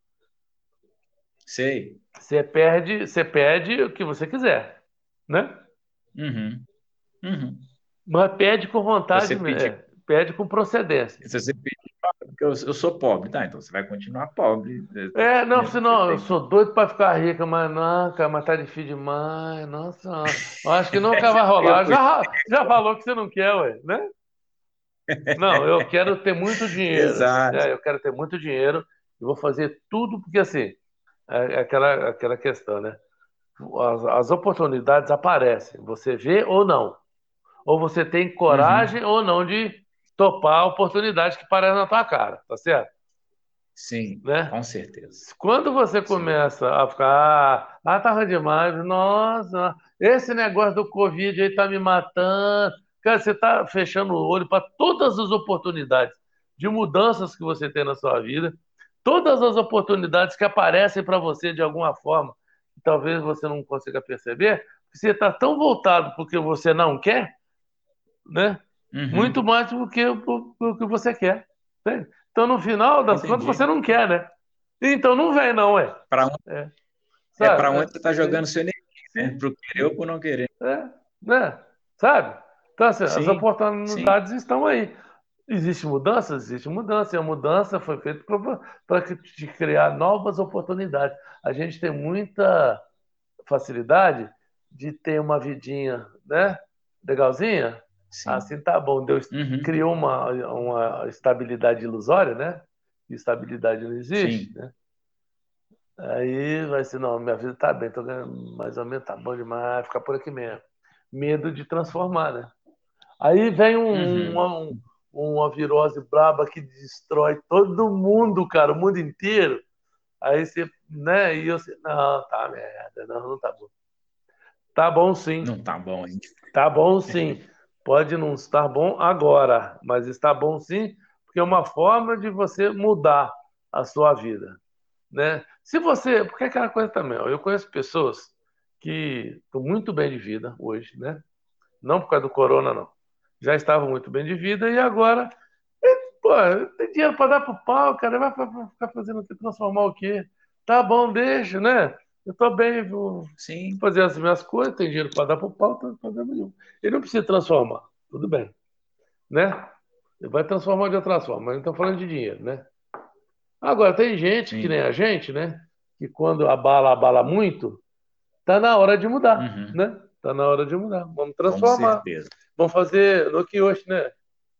Sei. Você pede o que você quiser, né? Uhum, uhum. Mas pede com Se você vontade, pedir, pede com procedência. se você pedir, porque eu sou pobre, tá? Então você vai continuar pobre, Não, né? Você senão eu tem que. sou doido para ficar rica, mas não, cara, mas tá difícil demais. Nossa, eu acho que nunca vai rolar. Já falou que você não quer, ué, né? Não, eu quero ter muito dinheiro, Exato. né? Eu quero ter muito dinheiro e vou fazer tudo, porque assim, é aquela questão, né? As oportunidades aparecem, você vê ou não. Ou você tem Uhum. coragem ou não de topar a oportunidade que aparece na tua cara, tá certo? Sim, Né? com certeza. Quando você Sim. começa a ficar, tá ruim demais, nossa, esse negócio do Covid aí tá me matando. Cara, você tá fechando o olho para todas as oportunidades de mudanças que você tem na sua vida, todas as oportunidades que aparecem para você de alguma forma, que talvez você não consiga perceber, você está tão voltado porque você não quer, né? Muito Uhum. mais do que o que você quer. Entende? Então, no final das contas, Entendi. você não quer, né? Então não vem, não, é. Para onde, É, para sabe? onde você está Sim, jogando sua energia, né? sim, Para o querer ou por não querer. né? Sabe? Então, assim, as Sim, sim. oportunidades estão aí. Existe mudança? Existe mudança. E a mudança foi feita para te criar novas oportunidades. A gente tem muita facilidade de ter uma vidinha, né? Legalzinha. Sim. Assim tá bom. Deus Uhum. criou uma estabilidade ilusória, né? E estabilidade não existe, Sim. né? Aí vai ser, não, minha vida tá bem, tô ganhando mais ou menos, tá bom demais, ficar por aqui mesmo. Medo de transformar, né? Aí vem Uhum. uma virose braba que destrói todo mundo, cara, o mundo inteiro. Aí você, né? E eu, não, tá merda, não, não tá bom. Tá bom sim, Não tá bom, hein? tá bom sim. Pode não estar bom agora, mas está bom sim, porque é uma forma de você mudar a sua vida, né? Se você, porque é aquela coisa também, ó, eu conheço pessoas que estão muito bem de vida hoje, né? Não por causa do corona, não. Já estavam muito bem de vida e agora, pô, tem dinheiro para dar pro pau, cara, vai ficar fazendo o que? Transformar o quê? Tá bom, deixa, né? Eu tô bem, vou Sim, fazer as minhas coisas, tem dinheiro para dar pro pau, tá fazendo nenhum. Ele não precisa transformar, tudo bem, né? Ele vai transformar de outra forma, mas não estamos falando de dinheiro, né? Agora, tem gente que nem sim. a gente, né? Que quando abala muito, tá na hora de mudar, Uhum. né? Tá na hora de mudar. Vamos Com transformar. certeza. Vamos fazer no que hoje, né?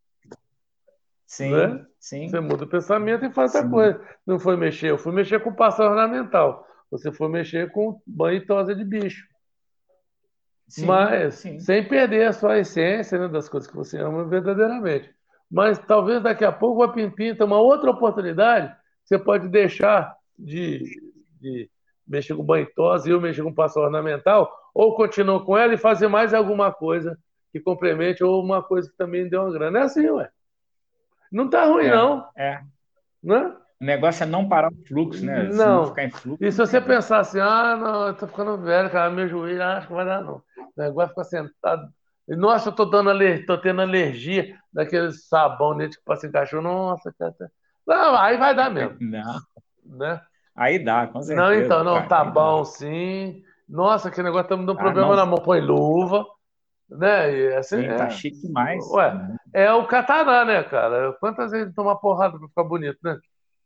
Né? Sim, Você sim, muda o pensamento e faz outra sim, coisa. Não foi mexer, eu fui mexer com pasta ornamental. Você foi mexer com banho e tosa de bicho. sim, Mas sim. sem perder a sua essência, né, das coisas que você ama verdadeiramente. Mas talvez daqui a pouco a Pimpinha tenha uma outra oportunidade. Você pode deixar de mexer com banho e tosa e eu mexer com pasta ornamental, ou continuar com ela e fazer mais alguma coisa que complemente, ou uma coisa que também dê uma grana. É assim, ué. Não tá ruim, É, não, é. né? O negócio é não parar o fluxo, né? Se não Não. ficar em fluxo, E se não você tem jeito. pensar assim, não, eu tô ficando velho, cara, meu joelho, acho que vai dar não. O negócio ficar sentado. E, nossa, eu tô tô tendo alergia daquele sabão nele que passa em cachorro. Nossa, cara. Não, aí vai dar mesmo, Não, né? aí dá, com Não, então, certeza, não, cara, tá aí dá. bom, sim. Nossa, que negócio tá me dando Ah, problema não, na mão. Põe luva, né? E assim, sim, tá chique demais. ué, é o kataná, né, cara? Quantas vezes tomar porrada pra ficar bonito, né?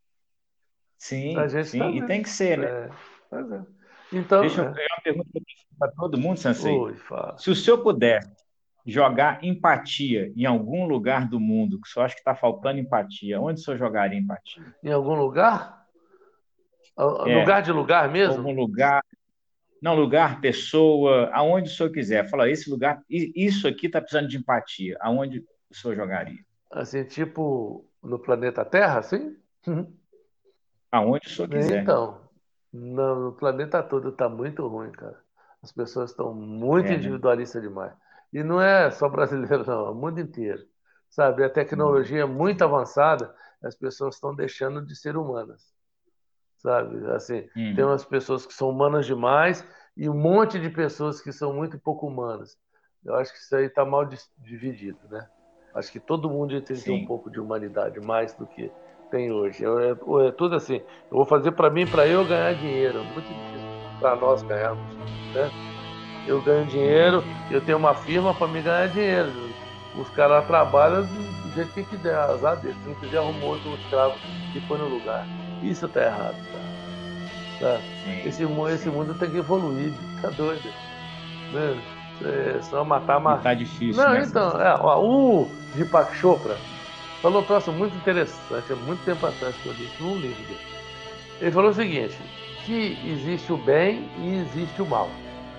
A Sim, gente sim, e também. tem que ser, né? É, pois é. Então, Deixa eu fazer uma pergunta para todo mundo, Sensei. oi, fala. Se o senhor puder jogar empatia em algum lugar do mundo, que o senhor acha que está faltando empatia, onde o senhor jogaria empatia? Em algum lugar? É, Lugar de lugar mesmo? algum lugar, não, lugar, pessoa, aonde o senhor quiser. Fala, esse lugar, isso aqui está precisando de empatia. Aonde o senhor jogaria? Assim, tipo no planeta Terra, assim? Uhum. Aonde o senhor quiser. Então, no planeta todo está muito ruim, cara. As pessoas estão muito É, né? individualistas demais. E não é só brasileiro, não, é o mundo inteiro. Sabe, a tecnologia é muito Sim. avançada, as pessoas estão deixando de ser humanas. Sabe, assim, tem Uhum. umas pessoas que são humanas demais e um monte de pessoas que são muito pouco humanas. Eu acho que isso aí está mal dividido, né? Acho que todo mundo tem que ter um Sim. pouco de humanidade, mais do que tem hoje. É tudo assim. Eu vou fazer para mim, para eu ganhar dinheiro. É muito difícil para nós ganharmos, né? Eu ganho dinheiro, Entendi. eu tenho uma firma para me ganhar dinheiro. Os caras trabalham do jeito que quiser, azar deles. Se não quiser, arruma outro escravo e põe no lugar. Isso tá errado, cara. Tá? Sim, Esse sim. mundo tem que evoluir, tá doido? Né? Só matar, E matar. tá difícil, Não, né, então, Sensei? ó, o Deepak Chopra. falou um troço muito interessante, há muito tempo atrás que eu li isso num livro dele. Ele falou o seguinte, que existe o bem e existe o mal.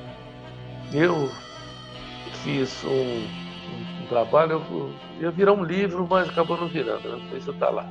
Eu fiz um trabalho, ia virar um livro, mas acabou não virando, não sei se está lá.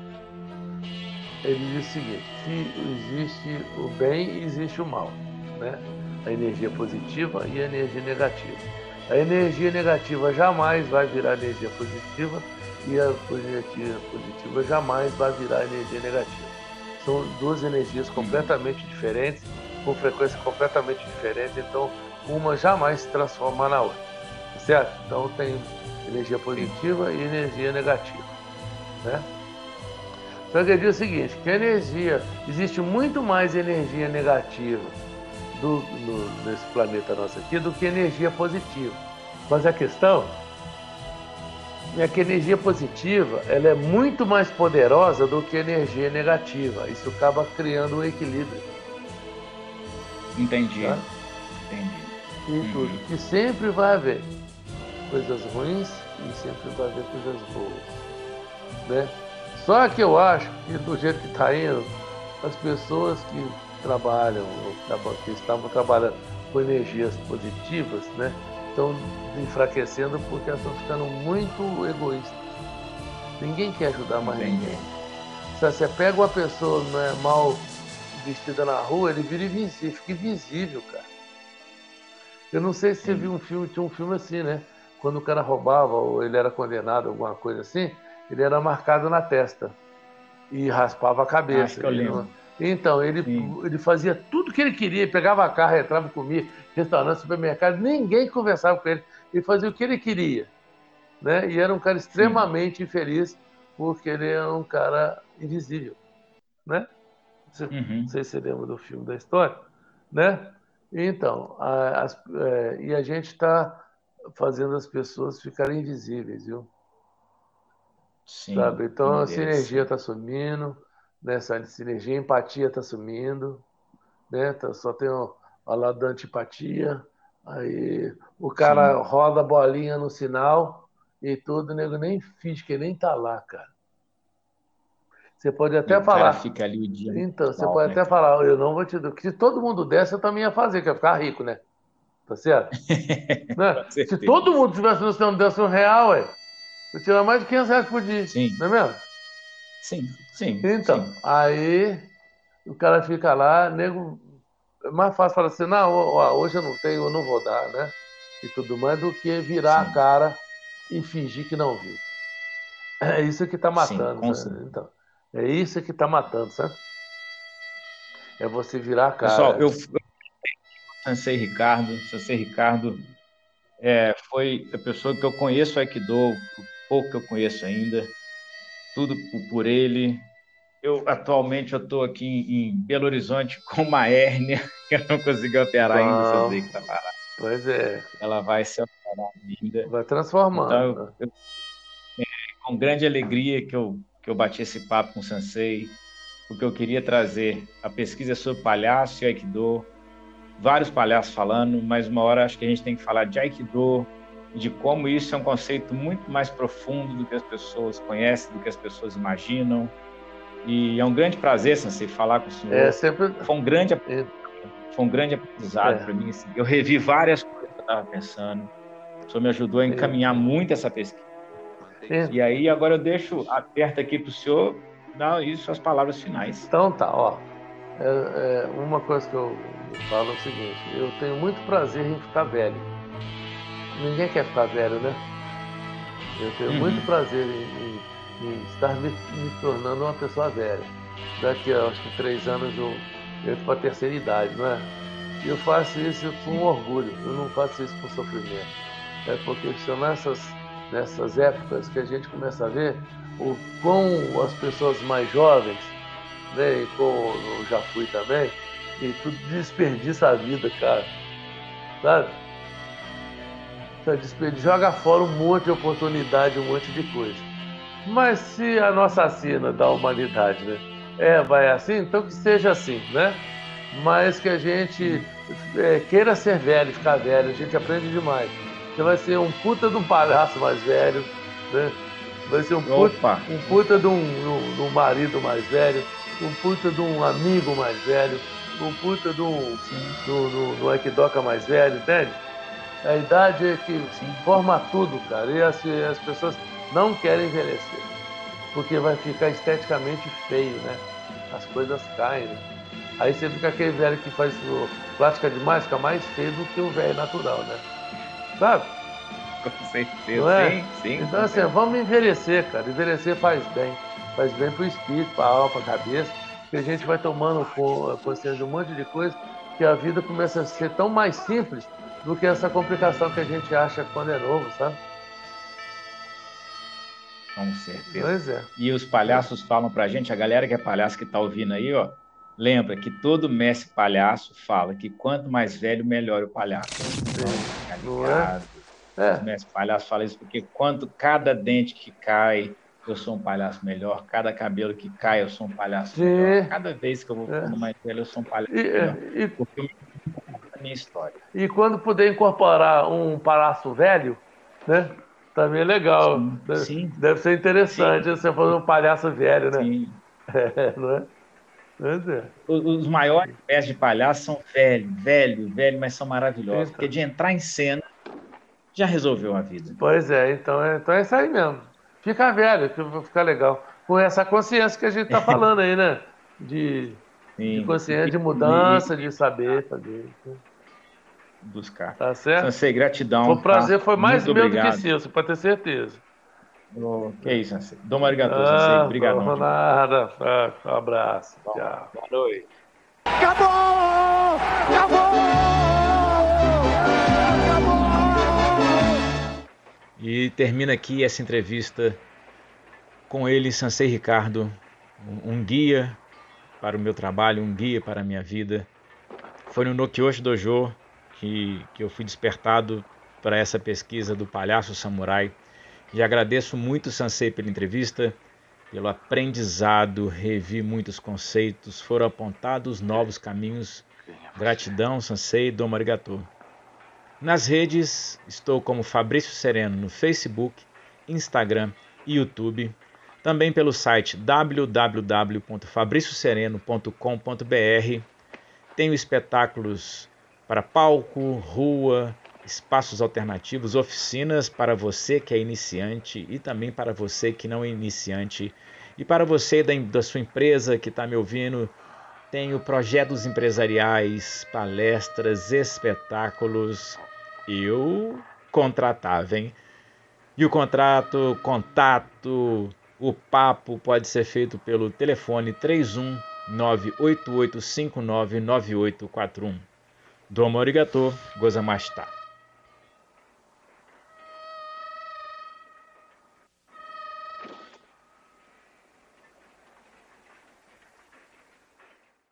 Ele diz o seguinte, que existe o bem e existe o mal, né? A energia positiva e a energia negativa. A energia negativa jamais vai virar energia positiva e a energia positiva jamais vai virar energia negativa. São duas energias completamente diferentes, com frequência completamente diferente, então uma jamais se transforma na outra, certo? Então tem energia positiva e energia negativa, né? Só que eu digo o seguinte, que a energia, existe muito mais energia negativa nesse planeta nosso aqui do que energia positiva. Mas a questão é que a energia positiva ela é muito mais poderosa do que a energia negativa. Isso acaba criando um equilíbrio. Entendi. Tá? Entendi. E tudo. Que sempre vai haver coisas ruins e sempre vai haver coisas boas. Né? Só que eu acho que do jeito que está indo, as pessoas que trabalham, que estavam trabalhando com energias positivas, né, estão enfraquecendo porque elas estão ficando muito egoístas. Ninguém quer ajudar mais ninguém. Se você pega uma pessoa mal vestida na rua, ele vira invisível, fica invisível, cara. Eu não sei se você viu um filme, tinha um filme assim, né? Quando o cara roubava ou ele era condenado, alguma coisa assim, ele era marcado na testa e raspava a cabeça. Acho que eu lembro. Então, ele fazia tudo que ele queria, pegava carro, entrava, comia, restaurante, supermercado, ninguém conversava com ele. Ele fazia o que ele queria, né? E era um cara extremamente infeliz, porque ele era um cara invisível, né? Não sei se você lembra do filme, da história, né? Então, e a gente está fazendo as pessoas ficarem invisíveis, viu? Sim, sabe? Então a sinergia está sumindo, né? Essa sinergia, a empatia está sumindo, né? Só tem o lado da antipatia, aí o cara roda a bolinha no sinal e tudo, o nego nem finge que nem tá lá, cara. Você pode até o falar. Cara fica ali o dia então, você pode até falar, eu não vou te dar. Se todo mundo desse, eu também ia fazer, que ia ficar rico, né? Tá certo? Né? Se todo mundo tivesse no sistema desse R$1, eu tirar mais de R$500 por dia. Sim. Não é mesmo? Sim. Então, aí o cara fica lá, nego. É mais fácil falar assim, não, hoje eu não tenho, eu não vou dar, né? E tudo mais, do que virar a cara e fingir que não viu. É isso que tá matando, sabe? Então, é isso que tá matando, sabe? É você virar a cara. Pessoal, Sensei Ricardo foi a pessoa que eu conheço o Aikido, o pouco que eu conheço ainda, tudo por ele. Atualmente eu estou aqui em Belo Horizonte com uma hérnia que eu não consegui operar ainda, Sensei, que está parada. Pois é. Ela vai ser operada ainda. Vai transformando. Então, com grande alegria que eu bati esse papo com o Sensei, porque eu queria trazer a pesquisa sobre palhaço e Aikido, vários palhaços falando, mas uma hora acho que a gente tem que falar de Aikido e de como isso é um conceito muito mais profundo do que as pessoas conhecem, do que as pessoas imaginam. E é um grande prazer, Sensei, falar com o senhor. Foi um grande aprendizado para mim. Assim. Eu revi várias coisas que eu estava pensando. O senhor me ajudou a encaminhar muito essa pesquisa. E aí, agora eu deixo aberto aqui para o senhor dar isso as palavras finais. Então tá, ó. Uma coisa que eu falo é o seguinte, eu tenho muito prazer em ficar velho. Ninguém quer ficar velho, né? Eu tenho muito prazer em estar me tornando uma pessoa velha. Daqui a acho que 3 anos eu entro para a terceira idade, não é? E eu faço isso com orgulho, eu não faço isso com sofrimento. É porque são nessas épocas que a gente começa a ver o quão as pessoas mais jovens, né, e como eu já fui também, e tudo desperdiça a vida, cara. Sabe? Joga fora um monte de oportunidade, um monte de coisa. Mas se a nossa sina da humanidade, né, vai assim, então que seja assim, né? Mas que a gente queira ser velho, ficar velho, a gente aprende demais. Você vai ser um puta de um palhaço mais velho, né? Vai ser Opa! um puta de um marido mais velho, um puta de um amigo mais velho, um puta de um equidoca mais velho, entende? A idade é que Sim. forma tudo, cara. E as pessoas não querem envelhecer, porque vai ficar esteticamente feio, né? As coisas caem, né? Aí você fica aquele velho que faz plástica demais, fica mais feio do que o velho natural, né? Sabe? Com Não certeza. é? Sim, sim, Então, com assim, certeza. vamos envelhecer, cara. Envelhecer faz bem. Faz bem pro espírito, pra alma, pra cabeça. Que a gente vai tomando consciência de um monte de coisa que a vida começa a ser tão mais simples do que essa complicação que a gente acha quando é novo, sabe? Com certeza. Pois é. E os palhaços falam pra gente, a galera que é palhaço que tá ouvindo aí, ó, lembra que todo mestre palhaço fala que quanto mais velho, melhor o palhaço. Então, fica Não é? ligado. Os É. mestres palhaços falam isso porque quanto cada dente que cai, eu sou um palhaço melhor. Cada cabelo que cai, eu sou um palhaço melhor. Sim. Cada vez que eu vou ficando É. mais velho, eu sou um palhaço E, melhor. e, Porque eu me conto a minha história. e quando puder incorporar um palhaço velho, né? Também é legal. Sim, sim, Deve ser interessante sim, você fazer um palhaço velho, né? sim. É, não é? Pois é. Os maiores mestres de palhaço são velho, mas são maravilhosos. Porque Então. de entrar em cena, já resolveu a vida. Pois é, então é isso aí mesmo. Fica velho, que vai ficar legal. Com essa consciência que a gente está falando aí, né? De Sim, consciência, de e mudança, de saber fazer. buscar. Tá certo? Sansei, Foi gratidão, um tá? prazer, foi mais Muito meu do que obrigado. seu, você pode ter certeza. Oh, que isso, Sansei. Domo arigatou, Sansei. Ah, Obrigadão não, de novo. nada. Ah, um abraço. Bom, Tchau. boa noite. Acabou! Acabou! E termina aqui essa entrevista com ele, Sansei Ricardo, um guia para o meu trabalho, um guia para a minha vida. Foi no Nokyoshi Dojo que eu fui despertado para essa pesquisa do palhaço samurai. E agradeço muito, Sansei, pela entrevista, pelo aprendizado, revi muitos conceitos, foram apontados novos caminhos. Gratidão, Sansei, domo arigato. Nas redes, estou como Fabrício Sereno no Facebook, Instagram e YouTube. Também pelo site www.fabriciosereno.com.br. Tenho espetáculos para palco, rua, espaços alternativos, oficinas para você que é iniciante e também para você que não é iniciante. E para você da sua empresa que está me ouvindo, tenho projetos empresariais, palestras, espetáculos. Eu contratava, hein? E o contato, o papo pode ser feito pelo telefone 31988599841. Domo arigato, gozamashita.